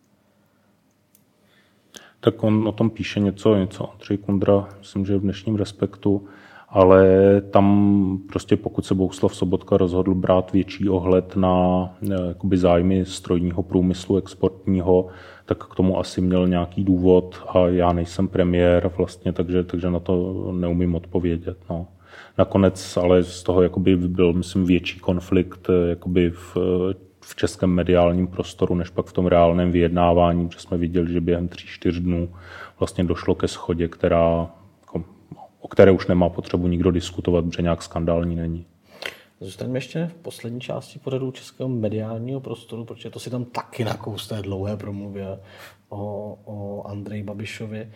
Tak on o tom píše něco Ondřej Kundra, myslím, že v dnešním Respektu, ale tam prostě pokud se Bohuslav Sobotka rozhodl brát větší ohled na jakoby zájmy strojního průmyslu exportního, tak k tomu asi měl nějaký důvod a já nejsem premiér vlastně, takže na to neumím odpovědět. No. Nakonec ale z toho jakoby byl, myslím, větší konflikt jakoby v českém mediálním prostoru, než pak v tom reálném vyjednávání, protože jsme viděli, že během 3-4 dnů vlastně došlo ke shodě, o které už nemá potřebu nikdo diskutovat, protože nějak skandální není. Zůstaňme ještě v poslední části pořadu českého mediálního prostoru, protože to si tam taky nakous té dlouhé promluvě o Andreji Babišovi.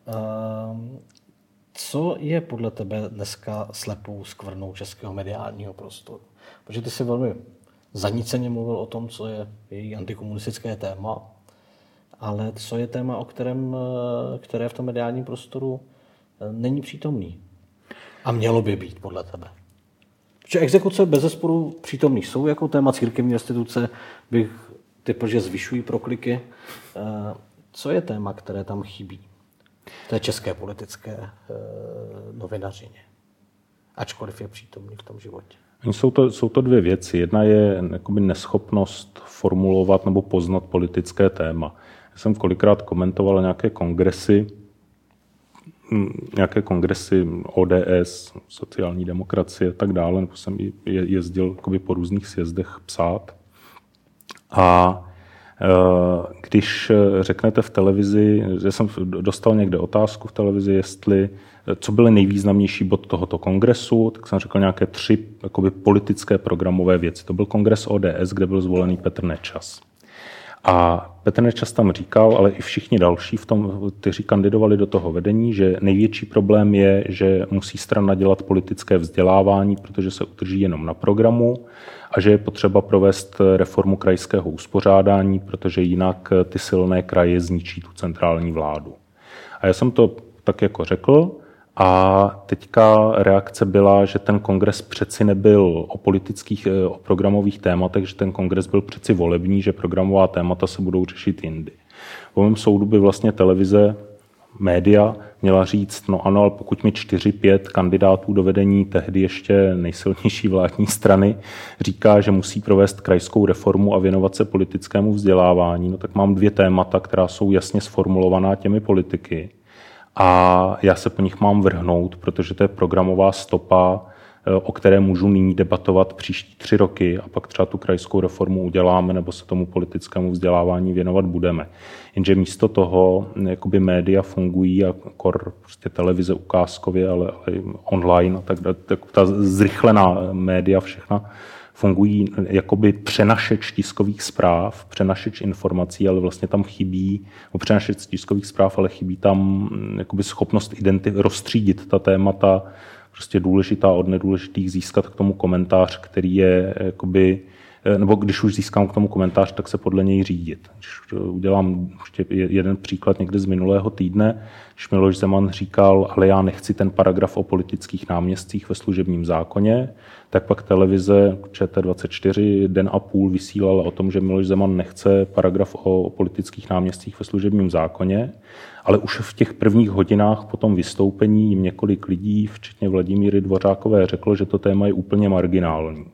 Co je podle tebe dneska slepou skvrnou českého mediálního prostoru? Protože ty jsi velmi zaníceně mluvil o tom, co je její antikomunistické téma, ale co je téma, které v tom mediálním prostoru není přítomný? A mělo by být podle tebe. Protože exekuce bezesporu přítomný jsou jako téma, církevní restituce bych typl, že zvyšují prokliky. Co je téma, které tam chybí? To je české politické novinařině. Ačkoliv je přítomný v tom životě. Jsou to dvě věci. Jedna je jakoby neschopnost formulovat nebo poznat politické téma. Já jsem kolikrát komentoval nějaké kongresy ODS, sociální demokracie a tak dále, nebo jsem jezdil po různých sjezdech psát. A když řeknete v televizi, že jsem dostal někde otázku v televizi, co byly nejvýznamnější bod tohoto kongresu, tak jsem řekl nějaké 3 politické programové věci. To byl kongres ODS, kde byl zvolený Petr Nečas. A Petr Nečas tam říkal, ale i všichni další, kteří kandidovali do toho vedení, že největší problém je, že musí strana dělat politické vzdělávání, protože se udrží jenom na programu, a že je potřeba provést reformu krajského uspořádání, protože jinak ty silné kraje zničí tu centrální vládu. A já jsem to tak jako řekl, a teďka reakce byla, že ten kongres přeci nebyl o programových tématech, že ten kongres byl přeci volební, že programová témata se budou řešit jindy. Po mém soudu by vlastně televize, média měla říct, no ano, ale pokud mi 4-5 kandidátů do vedení tehdy ještě nejsilnější vládní strany říká, že musí provést krajskou reformu a věnovat se politickému vzdělávání, no tak mám 2 témata, která jsou jasně sformulovaná těmi politiky. A já se po nich mám vrhnout, protože to je programová stopa, o které můžu nyní debatovat příští 3 roky a pak třeba tu krajskou reformu uděláme nebo se tomu politickému vzdělávání věnovat budeme. Jenže místo toho jakoby média fungují a prostě televize ukázkově, ale online a tak ta zrychlená média všechna fungují jakoby přenašeč tiskových zpráv, přenašeč informací, ale vlastně tam chybí, přenašeč tiskových zpráv, ale chybí tam jakoby schopnost rozstřídit ta témata, prostě důležitá od nedůležitých, získat k tomu komentář, který je jakoby, nebo když už získám k tomu komentář, tak se podle něj řídit. Když udělám ještě jeden příklad někde z minulého týdne, když Miloš Zeman říkal, ale já nechci ten paragraf o politických náměstcích ve služebním zákoně, tak pak televize ČT24 den a půl vysílala o tom, že Miloš Zeman nechce paragraf o politických náměstcích ve služebním zákoně, ale už v těch prvních hodinách po tom vystoupení jim několik lidí, včetně Vladimíry Dvořákové, řeklo, že to téma je úplně marginální.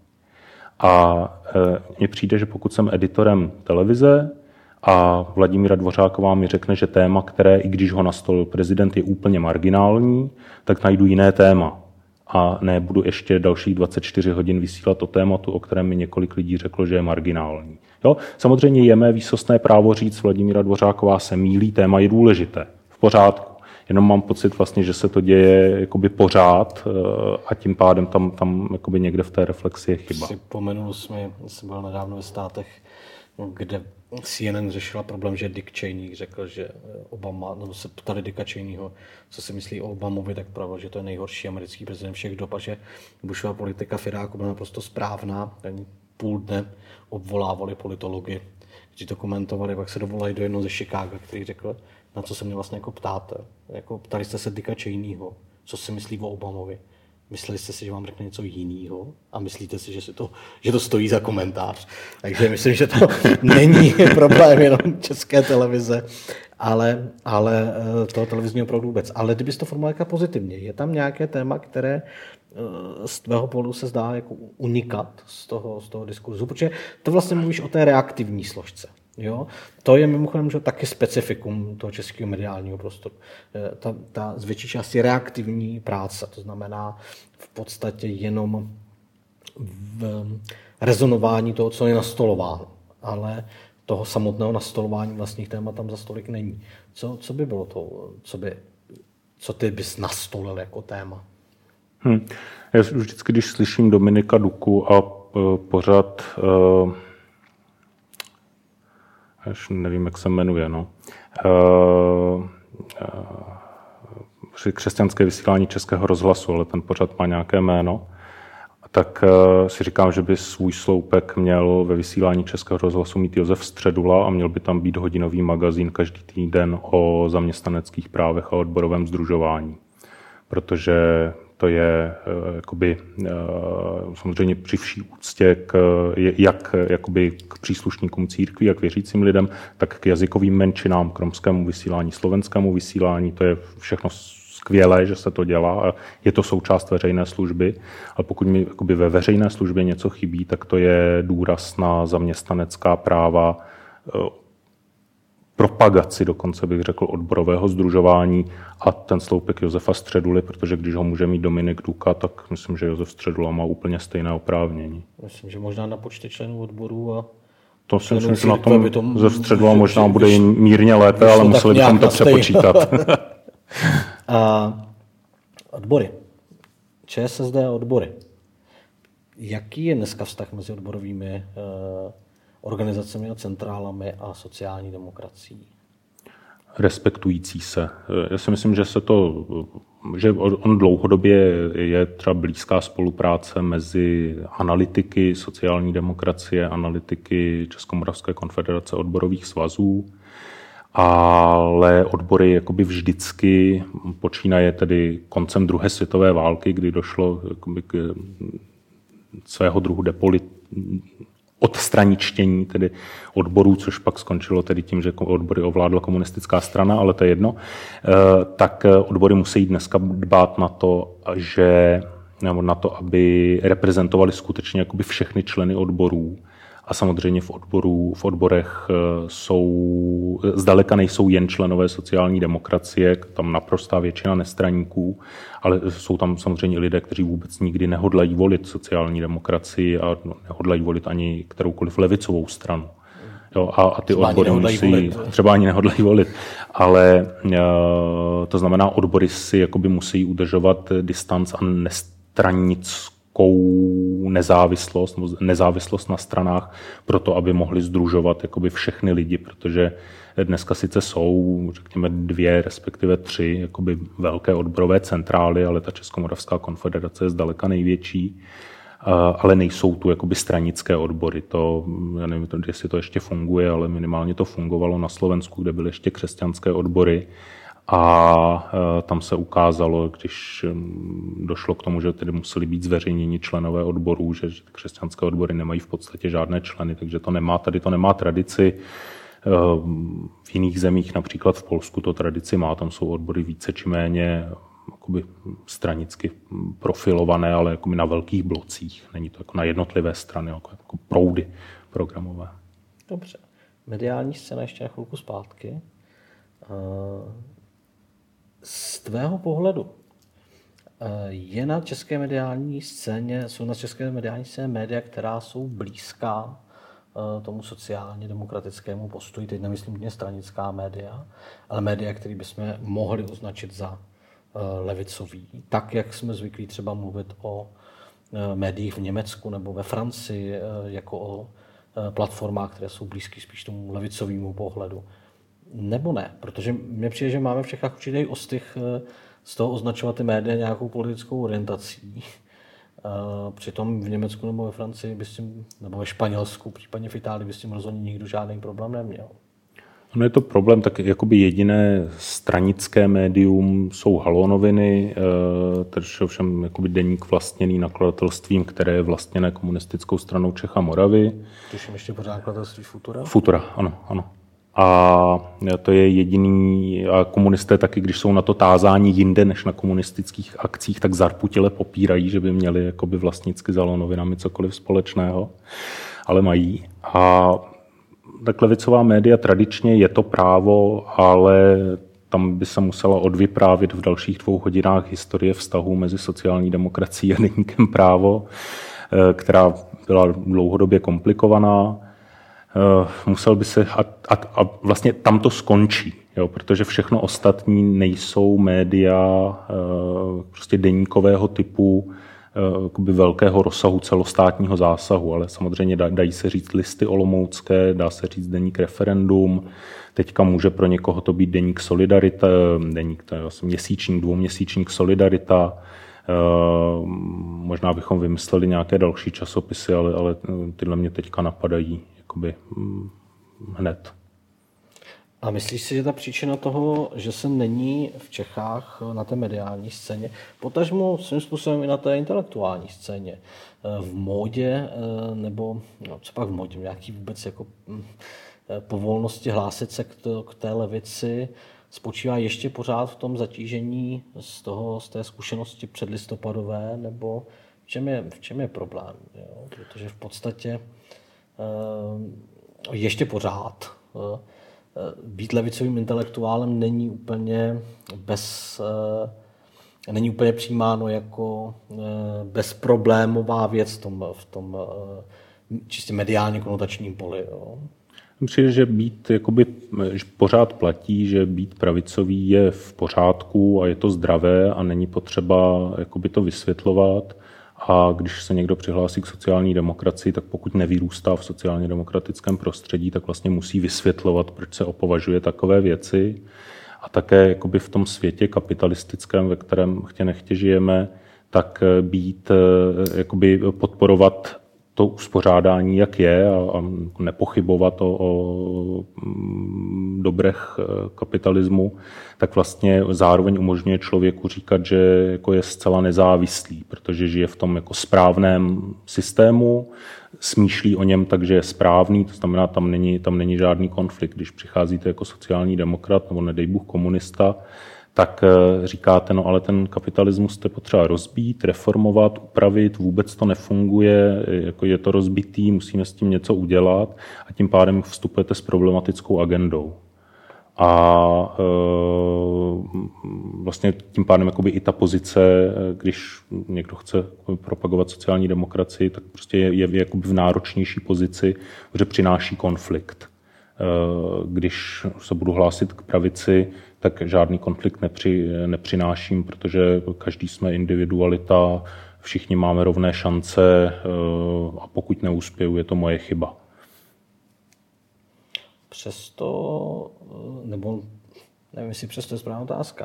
A mně přijde, že pokud jsem editorem televize a Vladimíra Dvořáková mi řekne, že téma, které, i když ho nastolil prezident, je úplně marginální, tak najdu jiné téma. A nebudu ještě dalších 24 hodin vysílat o tématu, o kterém mi několik lidí řeklo, že je marginální. Jo? Samozřejmě je mé výsostné právo říct, Vladimíra Dvořáková se mýlí, téma je důležité. V pořádku. Jenom mám pocit vlastně, že se to děje jakoby pořád a tím pádem tam jakoby někde v té reflexi je chyba. Pomenul jsem byl nedávno ve Státech, kde CNN řešila problém, že Dick Cheney řekl, že Obama, nebo se ptali Dicka Cheneyho, co si myslí o Obamovi, tak pravil, že to je nejhorší americký prezident všech dob a že Bushova politika v Iráku byla naprosto správná. Ani půl dne obvolávali politology, kteří to komentovali, pak se dovolali do jednoho ze Chicaga, který řekl, na co se mě vlastně jako ptáte. Jako ptali jste se Dicka Cheneyho, co si myslí o Obamovi. Mysleli jste si, že vám řekne něco jiného a myslíte si, že to stojí za komentář. Takže myslím, že to není problém jenom České televize, ale toho televizního opravdu vůbec. Ale kdybys to formuloval pozitivně, je tam nějaké téma, které z tvého pohledu se zdá jako unikat z toho diskurzu, protože to vlastně mluvíš o té reaktivní složce. Jo? To je mimochodem že taky specifikum toho českého mediálního prostoru. Ta z větší části reaktivní práce, to znamená v podstatě jenom v rezonování toho, co je nastolováno, ale toho samotného nastolování vlastních témat tam za stolik není. Co by bylo to, co ty bys nastolil jako téma? Já vždycky, když slyším Dominika Duku a pořad, až nevím, jak se jmenuje, křesťanské vysílání Českého rozhlasu, ale ten pořad má nějaké jméno, tak si říkám, že by svůj sloupek měl ve vysílání Českého rozhlasu mít Josef Středula a měl by tam být hodinový magazín každý týden o zaměstnaneckých právech a odborovém sdružování. Protože to je jakoby, samozřejmě při vší úctě jak k příslušníkům církví, jak věřícím lidem, tak k jazykovým menšinám, k romskému vysílání, slovenskému vysílání. To je všechno skvělé, že se to dělá a je to součást veřejné služby. Ale pokud mi jakoby ve veřejné službě něco chybí, tak to je důraz na zaměstnanecká práva, propagaci, dokonce bych řekl, odborového sdružování a ten sloupek Josefa Středuly, protože když ho může mít Dominik Duka, tak myslím, že Josef Středula má úplně stejné oprávnění. Myslím, že možná na počty členů odborů a to si myslím, že na tom Josef Středula možná bude jim mírně lépe, ale museli bychom to přepočítat. Odbory. ČSSD a odbory. Jaký je dneska vztah mezi odborovými organizacemi a centrálami a sociální demokracií? Respektující se. Já si myslím, že on dlouhodobě je třeba blízká spolupráce mezi analytiky sociální demokracie, analytiky Českomoravské konfederace odborových svazů, ale odbory jakoby vždycky počínaje tedy koncem druhé světové války, kdy došlo k svého druhu odstraničtění tedy odborů, což pak skončilo tedy tím, že odbory ovládla komunistická strana, ale to je jedno, tak odbory musí dneska dbát na to, aby reprezentovali skutečně jakoby všechny členy odborů. A samozřejmě v odborech zdaleka nejsou jen členové sociální demokracie, tam naprostá většina nestraníků, ale jsou tam samozřejmě lidé, kteří vůbec nikdy nehodlají volit sociální demokracii a nehodlají volit ani kteroukoliv levicovou stranu. Jo, a ty odbory třeba ani nehodlají volit. Ale to znamená, odbory si jakoby musí udržovat distanc a nestranickou nezávislost na stranách proto, aby mohli sdružovat jakoby všechny lidi, protože dneska sice jsou, řekněme, 2, respektive 3 jakoby velké odborové centrály, ale ta Českomoravská konfederace je zdaleka největší, ale nejsou tu jakoby stranické odbory. To, já nevím, jestli to ještě funguje, ale minimálně to fungovalo na Slovensku, kde byly ještě křesťanské odbory. A tam se ukázalo, když došlo k tomu, že tedy museli být zveřejněni členové odborů, že křesťanské odbory nemají v podstatě žádné členy, takže tady to nemá tradici. V jiných zemích, například v Polsku, to tradici má, tam jsou odbory více či méně jakoby stranicky profilované, ale jakoby na velkých blocích. Není to jako na jednotlivé strany, jako proudy programové. Dobře. Mediální scéna ještě na chvilku zpátky. Z tvého pohledu jsou na české mediální scéně média, která jsou blízká tomu sociálně demokratickému postoji, teď nemyslím mě stranická média, ale média, které bychom mohli označit za levicový, tak jak jsme zvyklí třeba mluvit o médiích v Německu nebo ve Francii, jako o platformách, které jsou blízké spíš tomu levicovému pohledu. Nebo ne, protože mně přijde, že máme v Čechách určitý ostych z toho označovat ty média nějakou politickou orientací. Přitom v Německu nebo ve Francii nebo ve Španělsku, případně v Itálii by s tím rozhodně nikdo žádný problém neměl. No je to problém, tak jakoby jediné stranické médium jsou Halonoviny, takže ovšem jakoby deník vlastněný nakladatelstvím, které je vlastněné komunistickou stranou Čech a Moravy. Tuším ještě pořád nakladatelství Futura? Futura, ano. A to je jediný, a komunisté taky, když jsou na to tázáni jinde než na komunistických akcích, tak zarputile popírají, že by měli jakoby vlastnicky s Halonovinami cokoliv společného, ale mají. A tak levicová média tradičně je to právo, ale tam by se musela odvyprávět v dalších 2 hodinách historie vztahů mezi sociální demokracií a deníkem Právo, která byla dlouhodobě komplikovaná. Musel by se a vlastně tam to skončí. Jo, protože všechno ostatní nejsou média prostě deníkového typu, velkého rozsahu celostátního zásahu, ale samozřejmě dají se říct listy olomoucké, dá se říct deník Referendum, teďka může pro někoho to být deník Solidarita, deník, to je vlastně měsíčník, dvouměsíčník Solidarita, možná bychom vymysleli nějaké další časopisy, ale tyhle mě teďka napadají jakoby hned. A myslíš si, že ta příčina toho, že se není v Čechách na té mediální scéně, potažmo svým způsobem i na té intelektuální scéně, v módě, nebo co pak v módě, nějaký vůbec jako povolnosti hlásit se k té levici, spočívá ještě pořád v tom zatížení z té zkušenosti předlistopadové, nebo v čem je problém? Jo? Protože v podstatě ještě pořád být levicovým intelektuálem není úplně přijímáno jako bezproblémová věc v tom čistě mediálně konotačním poli. Jo. Přijde, že že pořád platí, že být pravicový je v pořádku a je to zdravé a není potřeba to vysvětlovat. A když se někdo přihlásí k sociální demokracii, tak pokud nevyrůstá v sociálně demokratickém prostředí, tak vlastně musí vysvětlovat, proč se opovažuje takové věci. A také v tom světě kapitalistickém, ve kterém chtě nechtě žijeme, tak podporovat to uspořádání, jak je, a nepochybovat o dobrech kapitalismu, tak vlastně zároveň umožňuje člověku říkat, že je zcela nezávislý, protože žije v tom správném systému, smýšlí o něm tak, že je správný, to znamená, tam není žádný konflikt. Když přicházíte jako sociální demokrat nebo nedej Bůh komunista, tak říkáte, no ale ten kapitalismus je potřeba rozbít, reformovat, upravit, vůbec to nefunguje, je to rozbitý, musíme s tím něco udělat a tím pádem vstupujete s problematickou agendou. A vlastně tím pádem i ta pozice, když někdo chce propagovat sociální demokracii, tak prostě je v náročnější pozici, že přináší konflikt. Když se budu hlásit k pravici, tak žádný konflikt nepřináším, protože každý jsme individualita, všichni máme rovné šance a pokud neuspěju, je to moje chyba. Přesto, nebo nevím, jestli přesto je správná otázka.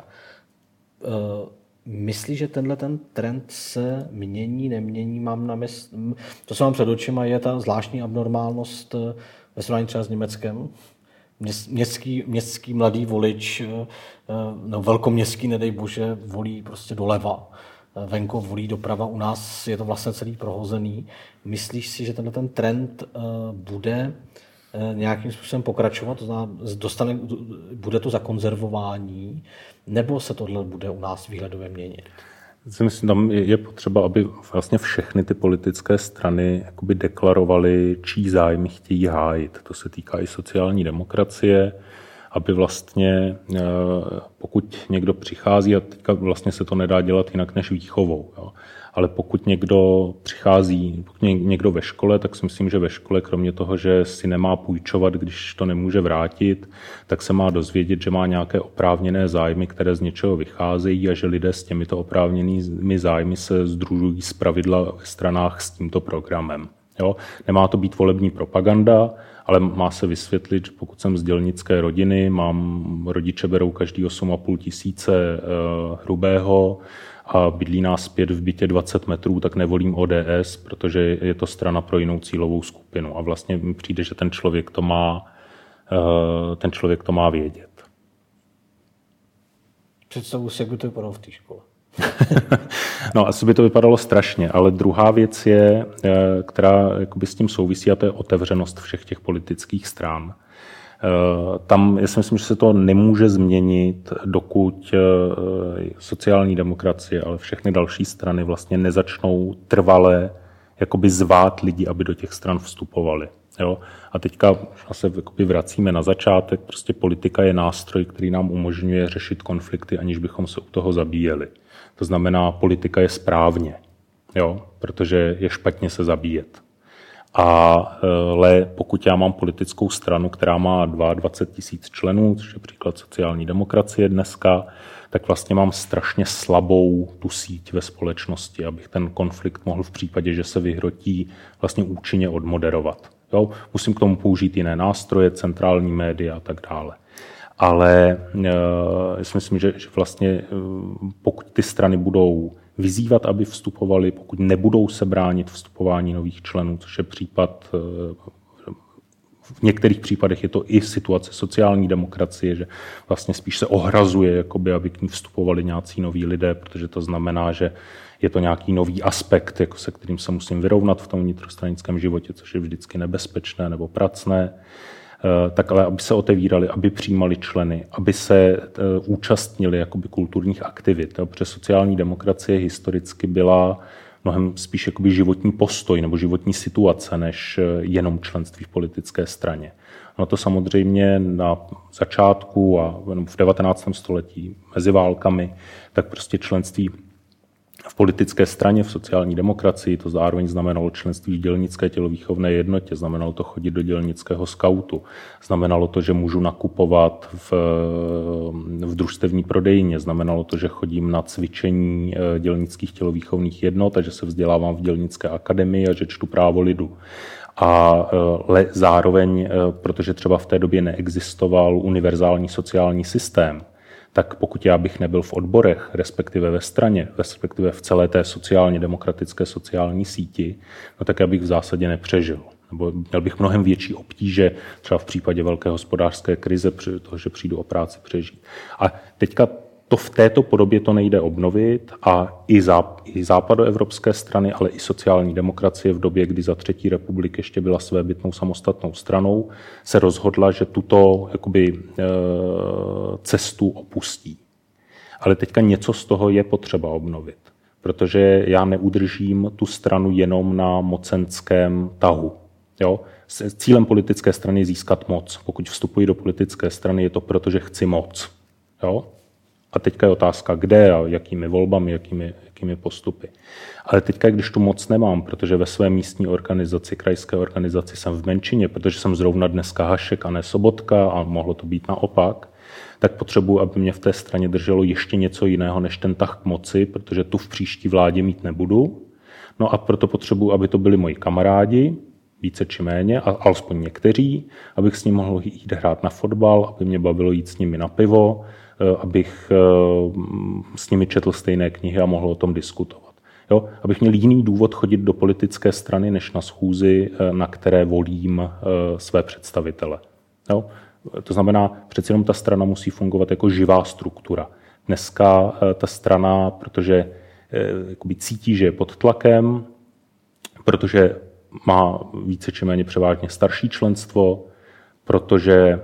Myslíš, že tenhle ten trend se mění, nemění? Mám na mysli, to, co mám před očima, je ta zvláštní abnormálnost ve srovnání třeba s Německem. Městský mladý volič, no velkoměstský, nedej bože, volí prostě doleva. Venkov volí doprava, u nás je to vlastně celý prohozený. Myslíš si, že tenhle ten trend bude nějakým způsobem pokračovat, to znamená, bude to zakonzervování, nebo se tohle bude u nás výhledově měnit? Myslím, tam je potřeba, aby vlastně všechny ty politické strany deklarovaly, čí zájmy chtějí hájit. To se týká i sociální demokracie, aby vlastně, pokud někdo přichází, a teďka vlastně se to nedá dělat jinak než výchovou, jo, ale pokud někdo přichází, pokud někdo ve škole, tak si myslím, že ve škole, kromě toho, že si nemá půjčovat, když to nemůže vrátit, tak se má dozvědět, že má nějaké oprávněné zájmy, které z něčeho vycházejí a že lidé s těmito oprávněnými zájmy se sdružují zpravidla ve stranách s tímto programem. Jo? Nemá to být volební propaganda, ale má se vysvětlit, že pokud jsem z dělnické rodiny, rodiče berou každý 8,5 tisíce hrubého, a bydlí nás 5 v bytě 20 metrů, tak nevolím ODS, protože je to strana pro jinou cílovou skupinu. A vlastně mi přijde, že ten člověk to má vědět. Představuji si, jak by to vypadalo v té škole. No, asi by to vypadalo strašně, ale druhá věc je, která s tím souvisí, a to je otevřenost všech těch politických stran. Tam, já si myslím, že se to nemůže změnit, dokud sociální demokracie, ale všechny další strany vlastně nezačnou trvale zvát lidi, aby do těch stran vstupovali. Jo? A teďka se vracíme na začátek, prostě politika je nástroj, který nám umožňuje řešit konflikty, aniž bychom se u toho zabíjeli. To znamená, politika je správně, jo? Protože je špatně se zabíjet. Ale pokud já mám politickou stranu, která má 22 000 členů, což je příklad sociální demokracie dneska, tak vlastně mám strašně slabou tu síť ve společnosti, abych ten konflikt mohl v případě, že se vyhrotí, vlastně účinně odmoderovat. Jo? Musím k tomu použít jiné nástroje, centrální média a tak dále. Ale já si myslím, že vlastně pokud ty strany budou vyzývat, aby vstupovali, pokud nebudou se bránit vstupování nových členů, což je případ, v některých případech je to i situace sociální demokracie, že vlastně spíš se ohrazuje, jakoby, aby k ní vstupovali nějací noví lidé, protože to znamená, že je to nějaký nový aspekt, jako se kterým se musím vyrovnat v tom vnitrostranickém životě, což je vždycky nebezpečné nebo pracné. Tak ale aby se otevírali, aby přijímali členy, aby se účastnili jakoby kulturních aktivit. Protože sociální demokracie historicky byla mnohem spíš jakoby životní postoj nebo životní situace, než jenom členství v politické straně. No to samozřejmě na začátku a v 19. století mezi válkami, tak prostě členství v politické straně, v sociální demokracii, to zároveň znamenalo členství v dělnické tělovýchovné jednotě, znamenalo to chodit do dělnického skautu, znamenalo to, že můžu nakupovat v družstevní prodejně, znamenalo to, že chodím na cvičení dělnických tělovýchovných jednot a že se vzdělávám v dělnické akademii a že čtu Právo lidu. Ale zároveň, protože třeba v té době neexistoval univerzální sociální systém, tak pokud já bych nebyl v odborech, respektive ve straně, respektive v celé té sociálně demokratické sociální síti, no tak já bych v zásadě nepřežil. Nebo měl bych mnohem větší obtíže, třeba v případě velké hospodářské krize, toho, že přijdu o práci přežít. A teďka to v této podobě to nejde obnovit a i západoevropské strany, ale i sociální demokracie v době, kdy za třetí republiky ještě byla svébytnou samostatnou stranou, se rozhodla, že tuto jakoby, cestu opustí. Ale teďka něco z toho je potřeba obnovit, protože já neudržím tu stranu jenom na mocenském tahu. Jo? Cílem politické strany je získat moc. Pokud vstupuji do politické strany, je to proto, že chci moc. Jo? A teďka je otázka, kde a jakými volbami, jakými postupy. Ale teďka, když tu moc nemám, protože ve své místní organizaci, krajské organizaci jsem v menšině, protože jsem zrovna dneska Hašek a ne Sobotka a mohlo to být naopak, tak potřebuji, aby mě v té straně drželo ještě něco jiného než ten tah k moci, protože tu v příští vládě mít nebudu. No a proto potřebuji, aby to byli moji kamarádi, více či méně, a alespoň někteří, abych s nimi mohl jít hrát na fotbal, aby mě bavilo jít s nimi na pivo, abych s nimi četl stejné knihy a mohl o tom diskutovat. Jo? Abych měl jiný důvod chodit do politické strany, než na schůzi, na které volím své představitele. Jo? To znamená, přeci jenom ta strana musí fungovat jako živá struktura. Dneska ta strana, protože cítí, že je pod tlakem, protože má více či méně převážně starší členstvo, protože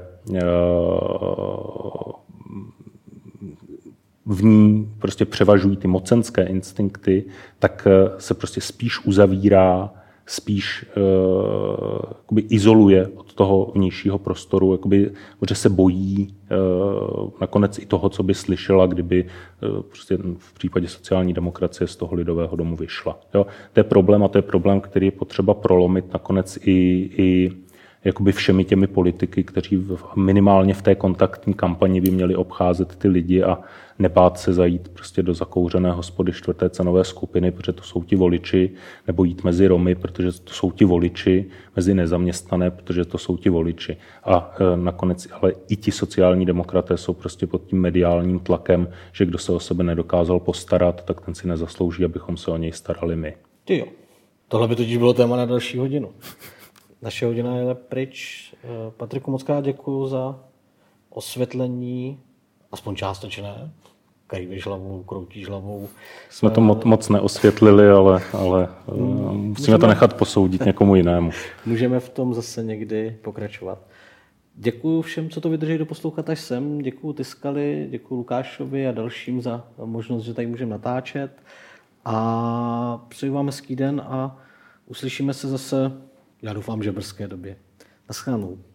v ní prostě převažují ty mocenské instinkty, tak se prostě spíš uzavírá, spíš izoluje od toho vnějšího prostoru, protože se bojí nakonec i toho, co by slyšela, kdyby prostě v případě sociální demokracie z toho Lidového domu vyšla. Jo? To je problém a to je problém, který je potřeba prolomit nakonec i jakoby všemi těmi politiky, kteří minimálně v té kontaktní kampani by měli obcházet ty lidi a nebát se zajít prostě do zakouřené hospody 4. cenové skupiny, protože to jsou ti voliči, nebo jít mezi Romy, protože to jsou ti voliči, mezi nezaměstnané, protože to jsou ti voliči. A nakonec ale i ti sociální demokraté jsou prostě pod tím mediálním tlakem, že kdo se o sebe nedokázal postarat, tak ten si nezaslouží, abychom se o něj starali my. Ty jo. Tohle by totiž bylo téma na další hodinu. Naše hodina je pryč. Patriku, moc krát děkuju za osvětlení, aspoň částečné. Kejvíš hlavou, kroutíš hlavou. Jsme to moc neosvětlili, ale musíme to nechat posoudit někomu jinému. Můžeme v tom zase někdy pokračovat. Děkuju všem, co to vydrží doposlouchat až sem. Děkuju Tyskali, děkuju Lukášovi a dalším za možnost, že tady můžeme natáčet. A přeju vám hezký den a uslyšíme se zase, já doufám, že v brzké době. Naschledanou.